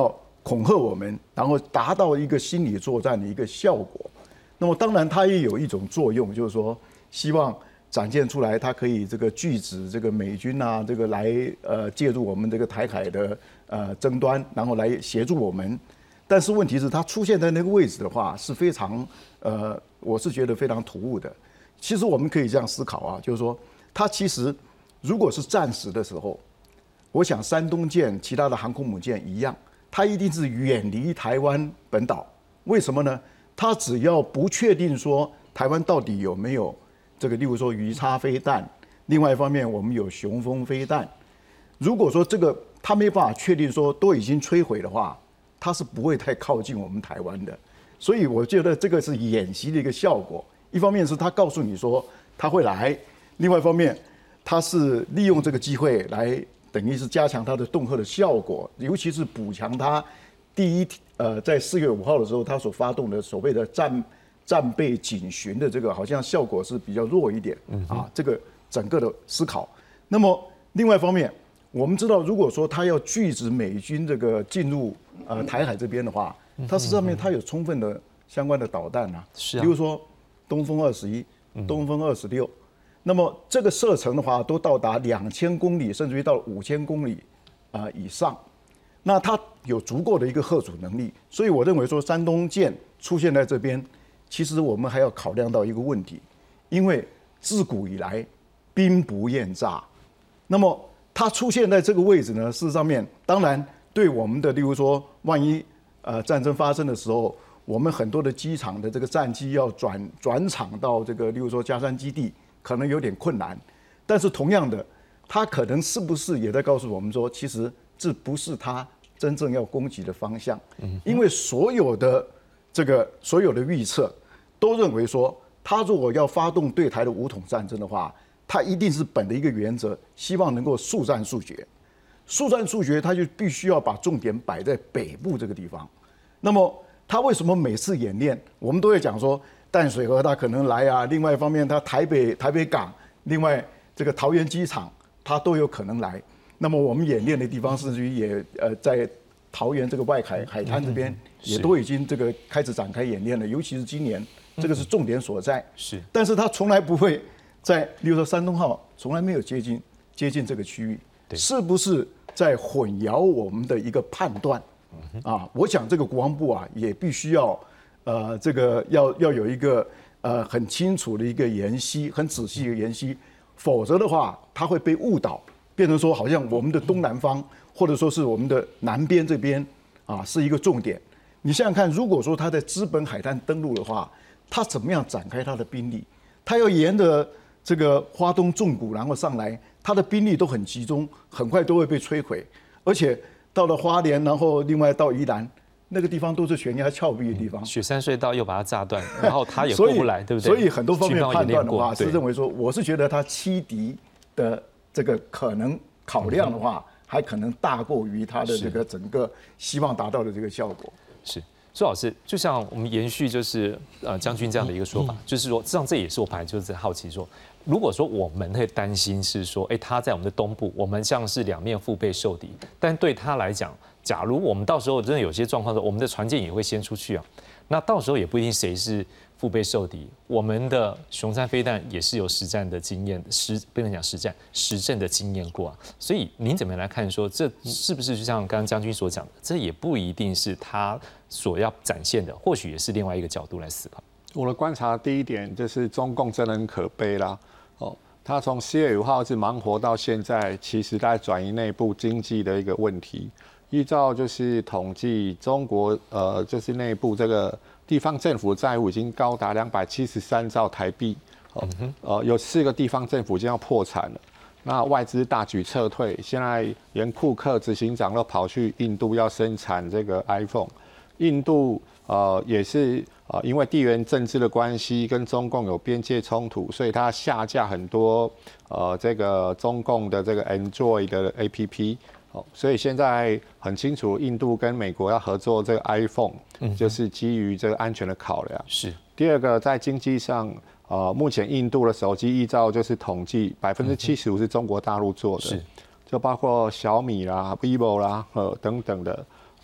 恐吓我们，然后达到一个心理作战的一个效果。那么当然它也有一种作用，就是说希望展现出来，它可以这个拒止这个美军啊，这个来呃介入我们这个台海的呃争端，然后来协助我们。但是问题是，它出现在那个位置的话，是非常呃，我是觉得非常突兀的。其实我们可以这样思考啊，就是说，它其实如果是战时的时候，我想山东舰、其他的航空母舰一样，它一定是远离台湾本岛。为什么呢？它只要不确定说台湾到底有没有这个，例如说鱼叉飞弹，另外一方面我们有雄风飞弹。如果说这个它没办法确定说都已经摧毁的话，它是不会太靠近我们台湾的。所以我觉得这个是演习的一个效果。一方面是他告诉你说他会来，另外一方面他是利用这个机会来等于是加强他的恫吓的效果，尤其是补强他第一呃在四月五号的时候他所发动的所谓的战战备警巡的这个好像效果是比较弱一点啊，这个整个的思考。那么另外一方面，我们知道如果说他要拒止美军这个进入呃台海这边的话，它实际上面它有充分的相关的导弹啊， 是啊， 比如说东风二十一、东风二十六，那么这个射程的话都到达两千公里，甚至于到五千公里啊、呃、以上，那它有足够的一个吓阻能力，所以我认为说山东舰出现在这边，其实我们还要考量到一个问题，因为自古以来兵不厌诈，那么它出现在这个位置呢，事实上面当然对我们的，例如说万一呃战争发生的时候，我们很多的机场的这个战机要转转场到这个，例如说嘉山基地，可能有点困难。但是同样的，它可能是不是也在告诉我们说，其实这不是它真正要攻击的方向？因为所有的这个所有的预测都认为说，它如果要发动对台的武统战争的话，它一定是本着一个原则，希望能够速战速决。速战速决，它就必须要把重点摆在北部这个地方。那么他为什么每次演练，我们都会讲说淡水河它可能来啊？另外一方面，它台北台北港，另外这个桃园机场它都有可能来。那么我们演练的地方，甚至于也呃在桃园这个外海海滩这边，也都已经这个开始展开演练了。尤其是今年，这个是重点所在。 是， 但是它从来不会在，例如说山东号从来没有接近接近这个区域，是不是在混淆我们的一个判断？啊，我想这个国防部啊，也必须要，呃，这个要要有一个呃很清楚的一个研析，很仔细的研析，否则的话，它会被误导，变成说好像我们的东南方或者说是我们的南边这边啊是一个重点。你想想看，如果说他在资本海滩登陆的话，他怎么样展开他的兵力？他要沿着这个花东纵谷然后上来，他的兵力都很集中，很快都会被摧毁，而且到了花莲，然后另外到宜兰，那个地方都是悬崖峭壁的地方， 雪山隧道又把它炸断，然后他也过不来，对不对？ 所以很多方面判断的话，是认为说，我是觉得他欺敌的这个可能考量的话，还可能大过于他的这个整个希望达到的这个效果。 是，苏老师，就像我们延续就是呃将军这样的一个说法，就是说，实际上这也是我本来就是在好奇说，如果说我们会担心是说，哎，他在我们的东部，我们像是两面腹背受敌，但对他来讲，假如我们到时候真的有些状况的时候，我们的船舰也会先出去啊，那到时候也不一定谁是腹背受敌，我们的雄三飞弹也是有实战的经验，实不能讲实战，实证的经验过啊。所以您怎么来看说，这是不是就像刚刚将军所讲的，这也不一定是他所要展现的，或许也是另外一个角度来思考。 我的观察第一点就是中共真的很可悲啦，哦，他从四月五号一直忙活到现在，其实在转移内部经济的一个问题。依照就是统计，中国呃就是内部这个地方政府债务已经高达两百七十三兆台币，哦，呃有四个地方政府已经要破产了。那外资大举撤退，现在连库克执行长都跑去印度要生产这个 iPhone。印度呃也是呃因为地缘政治的关系，跟中共有边界冲突，所以它下架很多呃这个中共的这个 Android 的 A P P。所以现在很清楚，印度跟美国要合作这个 iPhone， 就是基于这个安全的考量。 是。 第二个，在经济上，呃，目前印度的手机依照就是统计，百分之七十五是中国大陆做的，是，就包括小米啦、vivo 啦，呃等等的。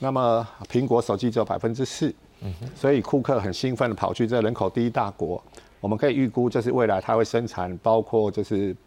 那么苹果手机只有百分之四，所以库克很兴奋的跑去这人口第一大国。我们可以预估，就是未来它会生产包括就是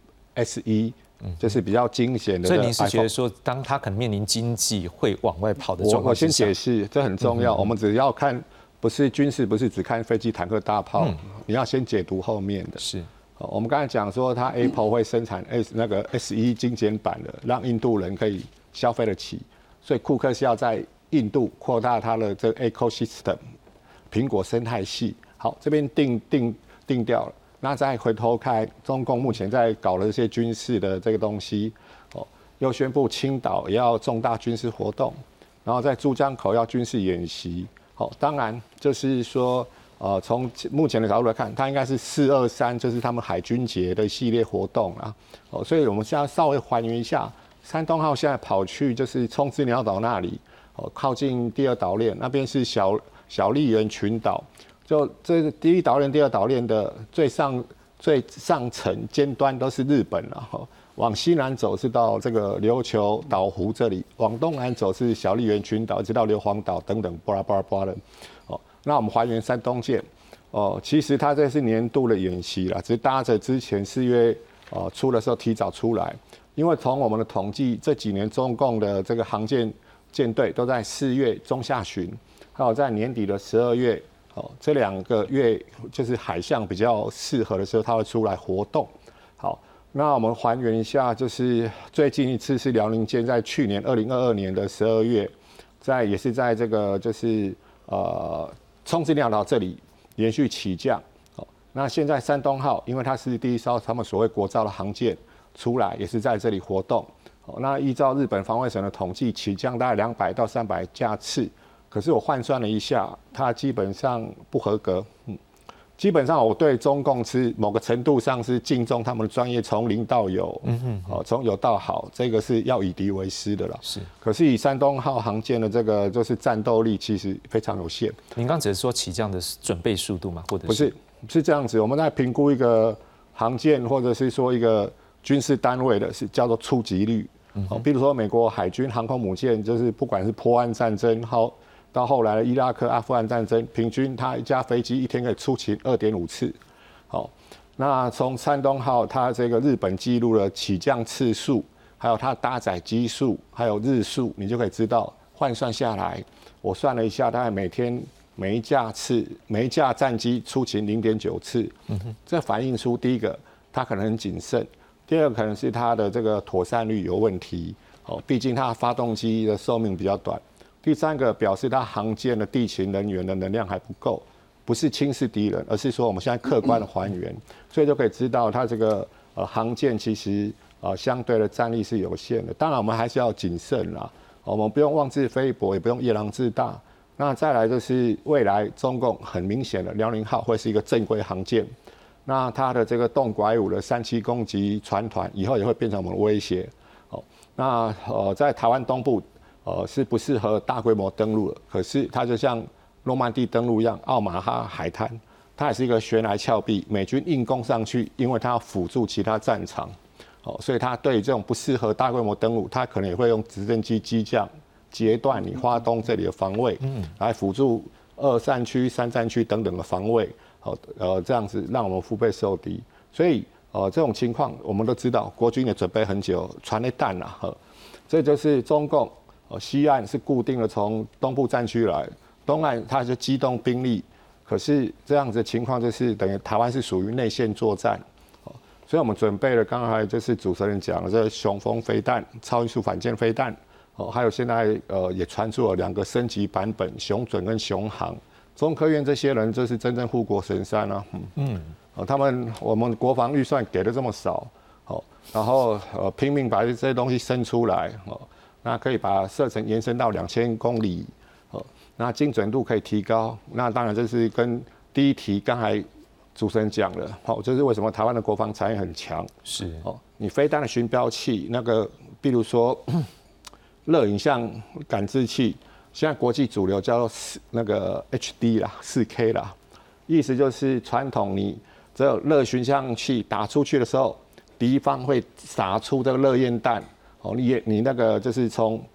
S 一，就是比较惊险的。 所以您是觉得说，当它可能面临经济会往外跑的状况， 我我先解释，这很重要。嗯、我们只要看，不是军事，不是只看飞机、坦克、大炮，嗯、你要先解读后面的。 是。 我们刚才讲说，它 Apple 会生产 S 那个 S 一精简版的，让印度人可以消费得起。所以库克是要在印度扩大它的这个 ecosystem， 苹果生态系。好，这边定定定掉了。那再回头看，中共目前在搞了一些军事的这个东西，哦，又宣布青岛也要重大军事活动，然后在珠江口要军事演习。好，当然就是说，呃，从目前的角度来看，它应该是四二三，就是他们海军节的系列活动啊。哦，所以我们现在稍微还原一下。山东号现在跑去就是冲之鸟岛那里，哦，靠近第二岛链那边是小小笠原群岛，就这个第一岛链、第二岛链的最上最上层尖端都是日本了哈。往西南走是到这个琉球岛湖这里，往东南走是小笠原群岛，一直到硫磺岛等等，巴拉巴拉巴拉的。哦，那我们还原山东舰，哦，其实它这是年度的演习啦，只是搭着之前四月哦出的时候提早出来。因为从我们的统计，这几年中共的这个航舰舰队都在四月中下旬，还有在年底的十二月，哦，这两个月就是海象比较适合的时候，它会出来活动。好，那我们还原一下，就是最近一次是辽宁舰在去年二零二二年的十二月，在也是在这个就是呃冲之鸟岛这里连续起降。哦，那现在山东号，因为它是第一艘他们所谓国造的航舰。出来也是在这里活动，那依照日本防卫省的统计，起降大概两百到三百架次，可是我换算了一下，它基本上不合格。嗯，基本上我对中共是某个程度上是敬重他们的专业，从零到有，嗯哼，哦，从有到好，这个是要以敌为师的了。是，可是以山东号航舰的这个就是战斗力，其实非常有限。 您刚只是说起降的准备速度吗？或者是不是是这样子？我们在评估一个航舰，或者是说一个军事单位的是叫做出击率，哦，比如说美国海军航空母舰，就是不管是波湾战争，好到后来的伊拉克、阿富汗战争，平均它一架飞机一天可以出勤二点五次，好，那从山东号它这个日本记录的起降次数，还有它搭载机数，还有日数，你就可以知道换算下来，我算了一下，大概每天每一架次每一架战机出勤零点九次，嗯哼，这反映出第一个它可能很谨慎。第二个可能是它的这个妥善率有问题，哦，毕竟它发动机的寿命比较短。第三个表示它航舰的地勤人员的能量还不够，不是轻视敌人，而是说我们现在客观的还原，所以就可以知道它这个呃航舰其实呃相对的战力是有限的。当然我们还是要谨慎啦，我们不用妄自菲薄，也不用夜郎自大。那再来就是未来中共很明显的辽宁号会是一个正规航舰。那它的这个动拐五的三栖攻击船团以后也会变成我们的威胁，哦，那呃在台湾东部呃是不适合大规模登陆的，可是它就像诺曼底登陆一样，奥马哈海滩它也是一个悬崖峭壁，美军硬攻上去，因为它要辅助其他战场，哦，所以它对这种不适合大规模登陆，它可能也会用直升机机降截断你花东这里的防卫，嗯，来辅助二战区、三战区等等的防卫。呃，这样子让我们腹背受敌，所以呃这种情况我们都知道，国军也准备很久，传了弹啦，呵，这就是中共呃西岸是固定的从东部战区来，东岸它就机动兵力，可是这样子的情况就是等于台湾是属于内线作战，所以我们准备了刚才就是主持人讲的这个雄风飞弹、超音速反舰飞弹，哦，还有现在呃也传出了两个升级版本，雄准跟雄航。中科院这些人就是真正护国神山啊，嗯，嗯，哦，他们我们国防预算给的这么少，哦，然后呃拼命把这些东西生出来，哦，那可以把射程延伸到两千公里，哦，那精准度可以提高，那当然这是跟第一题刚才主持人讲了，好，就是为什么台湾的国防产业很强， 是， 哦，你飞弹的巡标器，那个比如说热影像感知器。现在国际主流叫做那个 H D 啦，四 K 啦，意思就是传统你只有热巡像器打出去的时候，敌方会撒出这个热焰弹，哦，你你那个就是从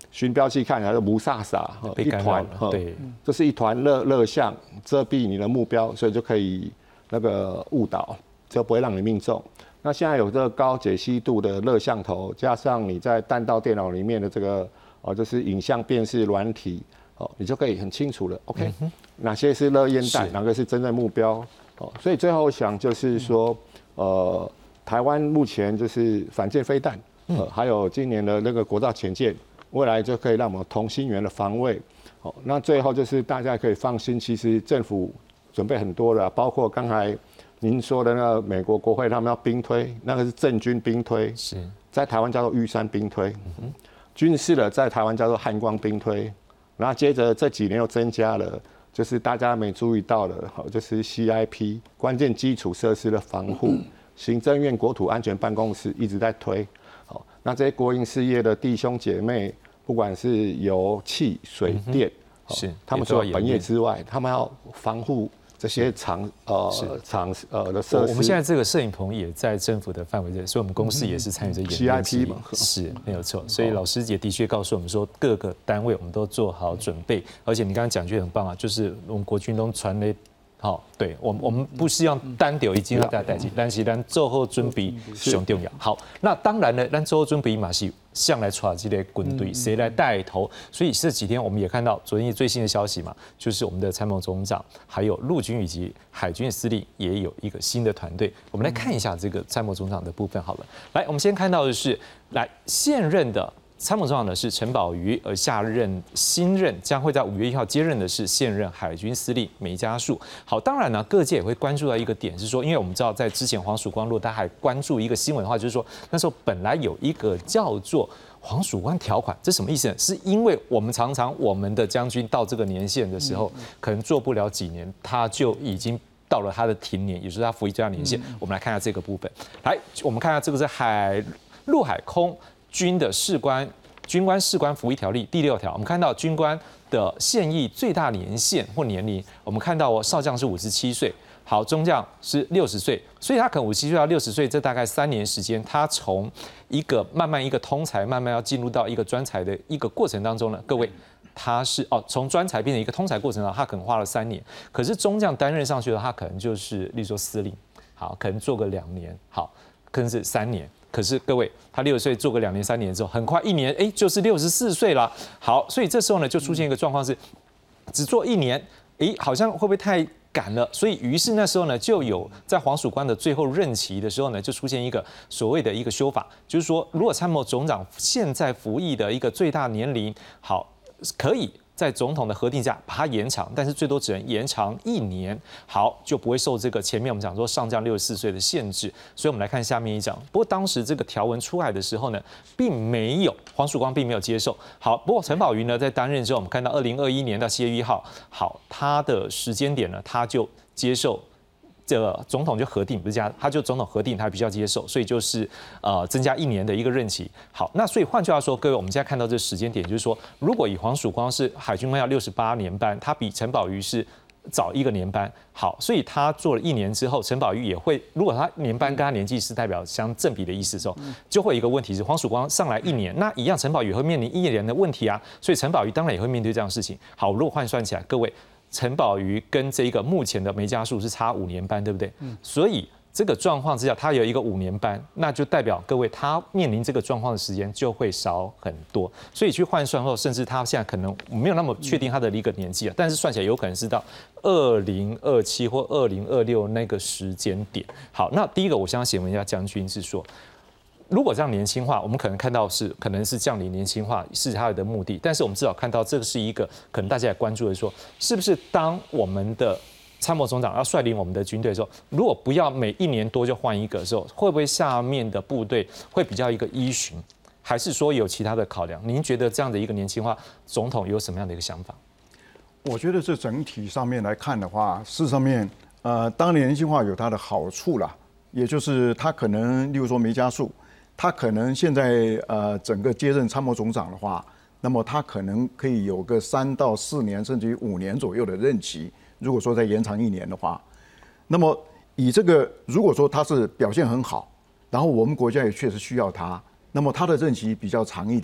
巡标器看起来就无飒飒，一团， 对， 这是一团热热像遮蔽你的目标，所以就可以那个误导，就不会让你命中。那现在有这个高解析度的热像头，加上你在弹道电脑里面的这个哦，就是影像辨识软体，哦，你就可以很清楚了。OK，、嗯、哪些是热烟弹，哪个是真正目标？哦，所以最后想就是说，呃，台湾目前就是反舰飞弹，呃，还有今年的那个国造潜舰。未来就可以让我们同心圆的防卫，好，那最后就是大家可以放心，其实政府准备很多了，包括刚才您说的那个美国国会他们要兵推，那个是政军兵推， 是在台湾叫做玉山兵推，嗯、军事的在台湾叫做汉光兵推，然后接着这几年又增加了，就是大家没注意到的，好，就是 C I P 关键基础设施的防护，嗯、行政院国土安全办公室一直在推。那这些国营事业的弟兄姐妹，不管是油气、水电，嗯、是他们除了本业之外，他们要防护这些厂呃厂呃的设施。 我们现在这个摄影棚也在政府的范围内，所以我们公司也是参与这演练之一。嗯、是没有错。所以老师也的确告诉我们说，各个单位我们都做好准备，而且你刚刚讲句很棒啊，就是我们国军中传雷。好，对我们我们不是用单丢已经要带带进，但是咱做好准备很重要。好，那当然呢，咱做好准备嘛是向来传这类军队谁来带头？所以这几天我们也看到昨天最新的消息嘛，就是我们的参谋总长还有陆军以及海军司令也有一个新的团队。我们来看一下这个参谋总长的部分好了。来，我们先看到的是来现任的。参谋总长呢是陈宝瑜，而下任新任将会在五月一号接任的是现任海军司令梅家树。好，当然呢，各界也会关注到一个点，是说，因为我们知道在之前黄曙光，如果大家还关注一个新闻的话，就是说那时候本来有一个叫做黄曙光条款，这什么意思呢？是因为我们常常我们的将军到这个年限的时候，可能做不了几年，他就已经到了他的停年，也就是他服役最佳年限。我们来看一下这个部分。来，我们看一下这个是海陆海空。军的士官军官士官服役条例第六条，我们看到军官的现役最大年限或年龄，我们看到哦，少将是五十七岁，好，中将是六十岁，所以他可能五十七岁到六十岁，这大概三年时间，他从一个慢慢一个通才，慢慢要进入到一个专才的一个过程当中呢，各位。他是哦，从专才变成一个通才过程中，他可能花了三年。可是中将担任上去的，他可能就是，例如说司令，好，可能做个两年，好，可能是三年。可是各位，他六十岁做个两年三年之后，很快一年，哎，就是六十四岁了。好，所以这时候呢，就出现一个状况是，只做一年，哎，好像会不会太赶了？所以于是那时候呢，就有在黄曙光的最后任期的时候呢，就出现一个所谓的一个修法，就是说，如果参谋总长现在服役的一个最大年龄，好，可以。在总统的核定下把它延长，但是最多只能延长一年，好，就不会受这个前面我们讲说上将六十四岁的限制。所以我们来看下面一章。不过当时这个条文出来的时候呢，并没有黄曙光并没有接受。好，不过陈宝瑜呢在担任之后，我们看到二零二一年到七月一号，好，他的时间点呢，他就接受。这个总统就核定，不是加，他就总统核定，他必须要接受，所以就是呃增加一年的一个任期。好，那所以换句话说，各位，我们现在看到这个时间点，就是说，如果以黄曙光是海军官要六十八年班，他比陈宝瑜是早一个年班，好，所以他做了一年之后，陈宝瑜也会，如果他年班跟他年纪是代表相正比的意思的时候，就会有一个问题是，黄曙光上来一年，那一样陈宝瑜也会面临一年的问题啊，所以陈宝瑜当然也会面对这样的事情。好，如果换算起来，各位。陈宝瑜跟这个目前的梅家树是差五年班，对不对？嗯、所以这个状况之下，他有一个五年班，那就代表各位他面临这个状况的时间就会少很多。所以去换算后，甚至他现在可能没有那么确定他的一个年纪了，但是算起来有可能是到二零二七或二零二六那个时间点。好，那第一个我想请问一下将军是说。如果这样年轻化，我们可能看到是可能是将领年轻化是他的目的，但是我们至少看到这个是一个可能大家也关注的说，是不是当我们的参谋总长要率领我们的军队的时候，如果不要每一年多就换一个的时候，会不会下面的部队会比较一个依循，还是说有其他的考量？您觉得这样的一个年轻化，总统有什么样的一个想法？ 我觉得这整体上面来看的话，事实上面呃，当年轻化有它的好处啦，也就是他可能，例如说梅家树。他可能现在呃整个接任参谋总长的话，那么他可能可以有个三到四年甚至于五年左右的任期。如果说再延长一年的话，那么以这个如果说他是表现很好，然后我们国家也确实需要他，那么他的任期比较长一点，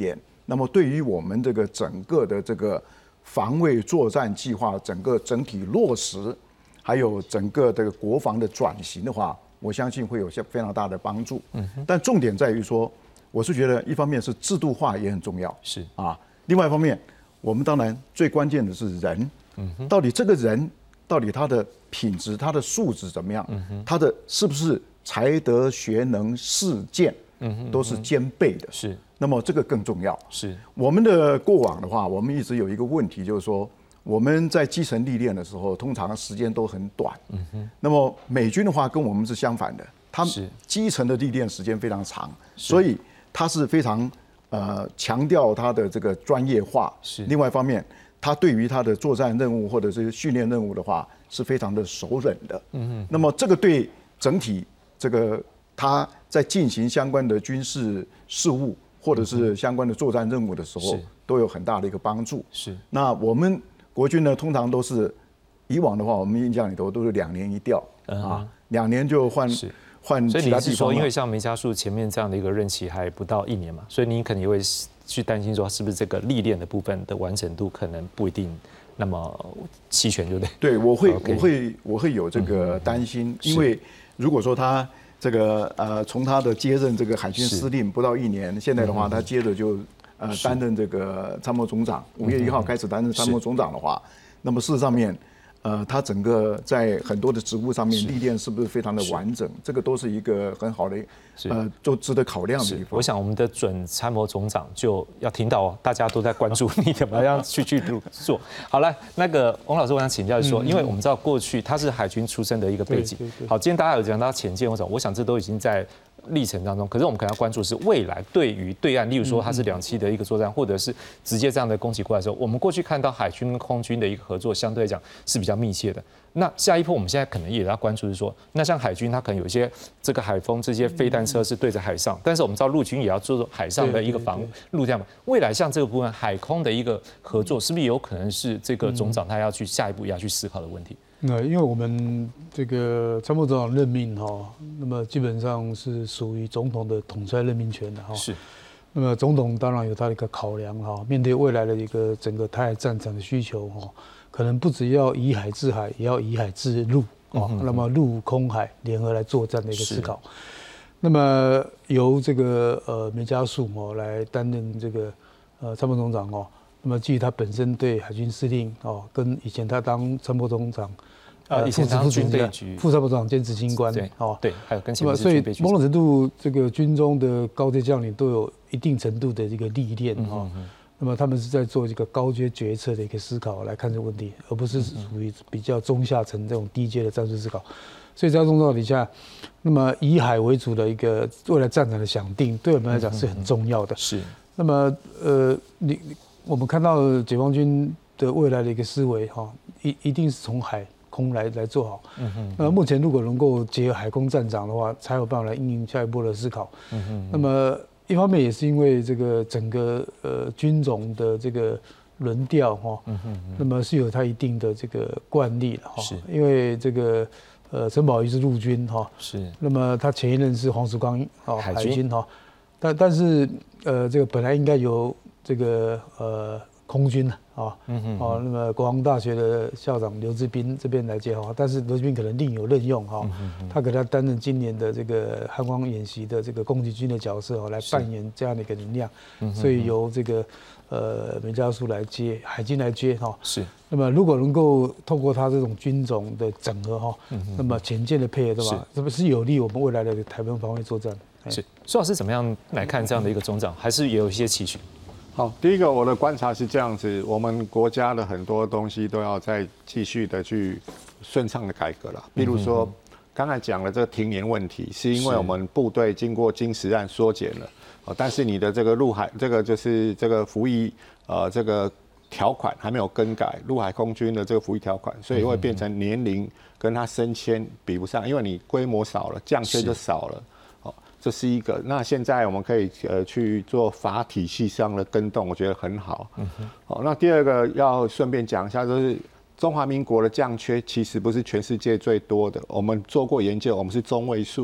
那么对于我们这个整个的这个防卫作战计划整个整体落实，还有整个这个国防的转型的话，我相信会有些非常大的帮助。嗯，但重点在于说，我是觉得一方面是制度化也很重要， 是啊，另外一方面，我们当然最关键的是人，嗯，到底这个人到底他的品质、他的素质怎么样？嗯，他的是不是才德、学能、识见，嗯，都是兼备的。 是， 那么这个更重要。 是我们的过往的话，我们一直有一个问题，就是说我们在基层历练的时候，通常时间都很短。嗯哼。那么美军的话跟我们是相反的，他们基层的历练时间非常长，所以他是非常呃强调他的这个专业化。是。另外一方面，他对于他的作战任务或者是训练任务的话，是非常的熟稔的。嗯哼。那么这个对整体这个他在进行相关的军事事务或者是相关的作战任务的时候，都有很大的一个帮助。是。那我们国军呢，通常都是以往的话，我们印象里头都是两年一调啊，两年就换换其他地方。所以你是说，因为像梅家树前面这样的一个任期还不到一年嘛，所以你可能也会去担心说，是不是这个历练的部分的完整度可能不一定那么齐全，对不对？ 对，我会我会我会有这个担心，因为如果说他这个呃从他的接任这个海军司令不到一年，现在的话他接着就呃担任这个参谋总长，五月一号开始担任参谋总长的话，那么事实上面。呃，他整个在很多的职务上面历练是不是非常的完整？这个都是一个很好的，呃，就值得考量的地方。 我想我们的准参谋总长就要听到大家都在关注你怎么样去去做。好了，那个翁老师，我想请教说，因为我们知道过去他是海军出身的一个背景。好，今天大家有讲到潜舰或者，我想这都已经在历程当中，可是我们可能要关注是未来对于对岸，例如说它是两栖的一个作战，或者是直接这样的攻击过来的时候，我们过去看到海军跟空军的一个合作，相对来讲是比较密切的。那下一步我们现在可能也要关注是说，那像海军它可能有一些这个海风这些飞弹车是对着海上，但是我们知道陆军也要做海上的一个防陆这样嘛。未来像这个部分海空的一个合作，是不是有可能是这个总长他要去下一步也要去思考的问题？ 那因为我们这个参谋总长任命哈，那么基本上是属于总统的统帅任命权的哈。是。那么总统当然有他的一个考量哈，面对未来的一个整个台海战场的需求哈，可能不只要以海制海，也要以海制陆啊。那么陆空海联合来作战的一个思考。那么由这个呃梅家树哦来担任这个呃参谋总长哦。那么基于他本身对海军司令哦，跟以前他当参谋总长， 呃，以前当军备局副参谋总长兼执行官， 哦，对，还有跟前面是军备局， 所以某种程度，这个军中的高阶将领都有一定程度的这个历练哈。那么他们是在做这个高阶决策的一个思考来看这个问题，而不是属于比较中下层这种低阶的战术思考。所以在这种状况底下，那么以海为主的一个未来战场的想定，对我们来讲是很重要的。是。那么呃，你。我们看到解放军的未来的一个思维哈，一一定是从海空来来做好。嗯哼。那目前如果能够结合海空战场的话，才有办法来应用下一步的思考。嗯哼。那么一方面也是因为这个整个呃军种的这个轮调哈，嗯哼。那么是有它一定的这个惯例了哈。是。因为这个呃陈宝仪是陆军哈。是。那么他前一任是黄曙光啊海军哈，但但是呃这个本来应该由这个呃空军啊，嗯哼，哦，那么国防大学的校长刘志斌这边来接哈，但是刘志斌可能另有任用哈，他给他担任今年的这个汉光演习的这个攻击军的角色哦，来扮演这样的一个能量，所以由这个呃梅家树来接，海军来接哈，是。那么如果能够透过他这种军种的整合哈，那么潜舰的配合对吧，这不是有利我们未来的台湾防卫作战。 是，苏老师怎么样来看这样的一个总长，还是也有一些期许？ 好，第一个我的观察是这样子，我们国家的很多东西都要再继续的去顺畅的改革了。比如说，刚才讲了这个停年问题，是因为我们部队经过金石案缩减了，但是你的这个陆海这个就是这个服役呃这个条款还没有更改，陆海空军的这个服役条款，所以会变成年龄跟它升迁比不上，因为你规模少了，将缺就少了。这是一个。那现在我们可以呃去做法体系上的更动，我觉得很好。嗯哼。好，那第二个要顺便讲一下，就是中华民国的将缺其实不是全世界最多的，我们做过研究，我们是中位数。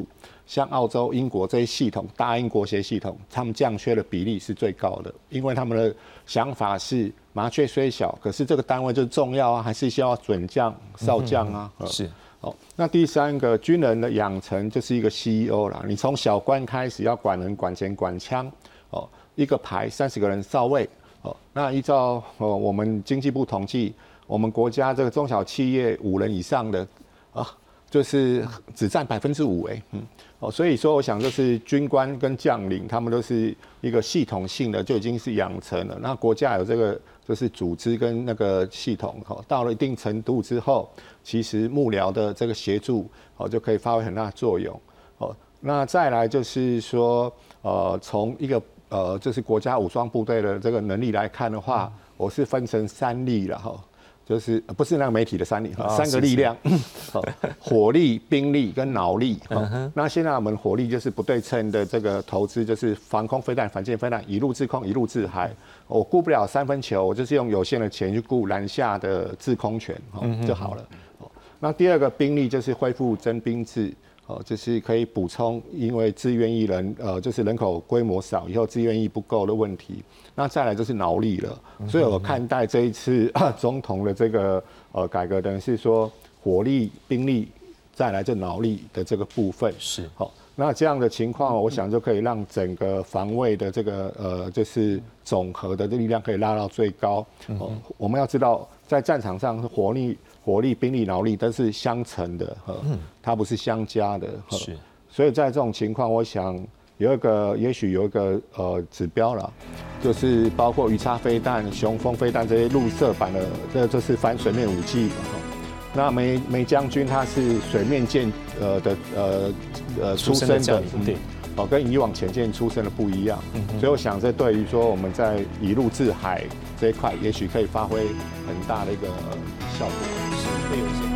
像澳洲、英国这些系统，大英国协系统，他们降缺的比例是最高的，因为他们的想法是麻雀虽小，可是这个单位就重要啊，还是需要准将、少将啊。 嗯、是。 哦，那第三个军人的养成就是一个 C E O 啦，你从小官开始要管人、管钱、管枪，哦，一个排三十个人少尉，哦，那依照哦我们经济部统计，我们国家这个中小企业五人以上的啊，就是只占百分之五哎，嗯，哦，所以说我想就是军官跟将领他们都是一个系统性的就已经是养成了，那国家有这个就是组织跟那个系统，哦，到了一定程度之后。其实幕僚的这个协助哦，就可以发挥很大的作用哦。那再来就是说，呃，从一个呃，就是国家武装部队的这个能力来看的话，嗯、我是分成三力了哈，就是不是那个媒体的三力，哦、三个力量，哦，火力、兵力跟脑力。哦、那现在我们火力就是不对称的这个投资，就是防空飞弹、反舰飞弹，一路制空，一路制海。我顾不了三分球，我就是用有限的钱去顾篮下的制空权，哦，就好了。那第二个兵力就是恢复征兵制，哦，就是可以补充因为志愿役人，呃，就是人口规模少，以后志愿役不够的问题。那再来就是脑力了，所以我看待这一次总统的这个呃改革，等于是说火力、兵力，再来就脑力的这个部分是好。那这样的情况，我想就可以让整个防卫的这个呃，就是总和的力量可以拉到最高。哦，我们要知道，在战场上火力。火力、兵力、脑力都是相乘的，嗯，它不是相加的， 是。 所以在这种情况，我想有一个，也许有一个呃指标啦，就是包括鱼叉飞弹、雄风飞弹这些陆射版的，这就是反水面武器。那梅梅将军他是水面舰呃的呃呃出身的， 对， 哦，跟以往潜舰出身的不一样，嗯，所以我想这对于说我们在以陆制海这一块，也许可以发挥很大的一个效果。 是，会有一些。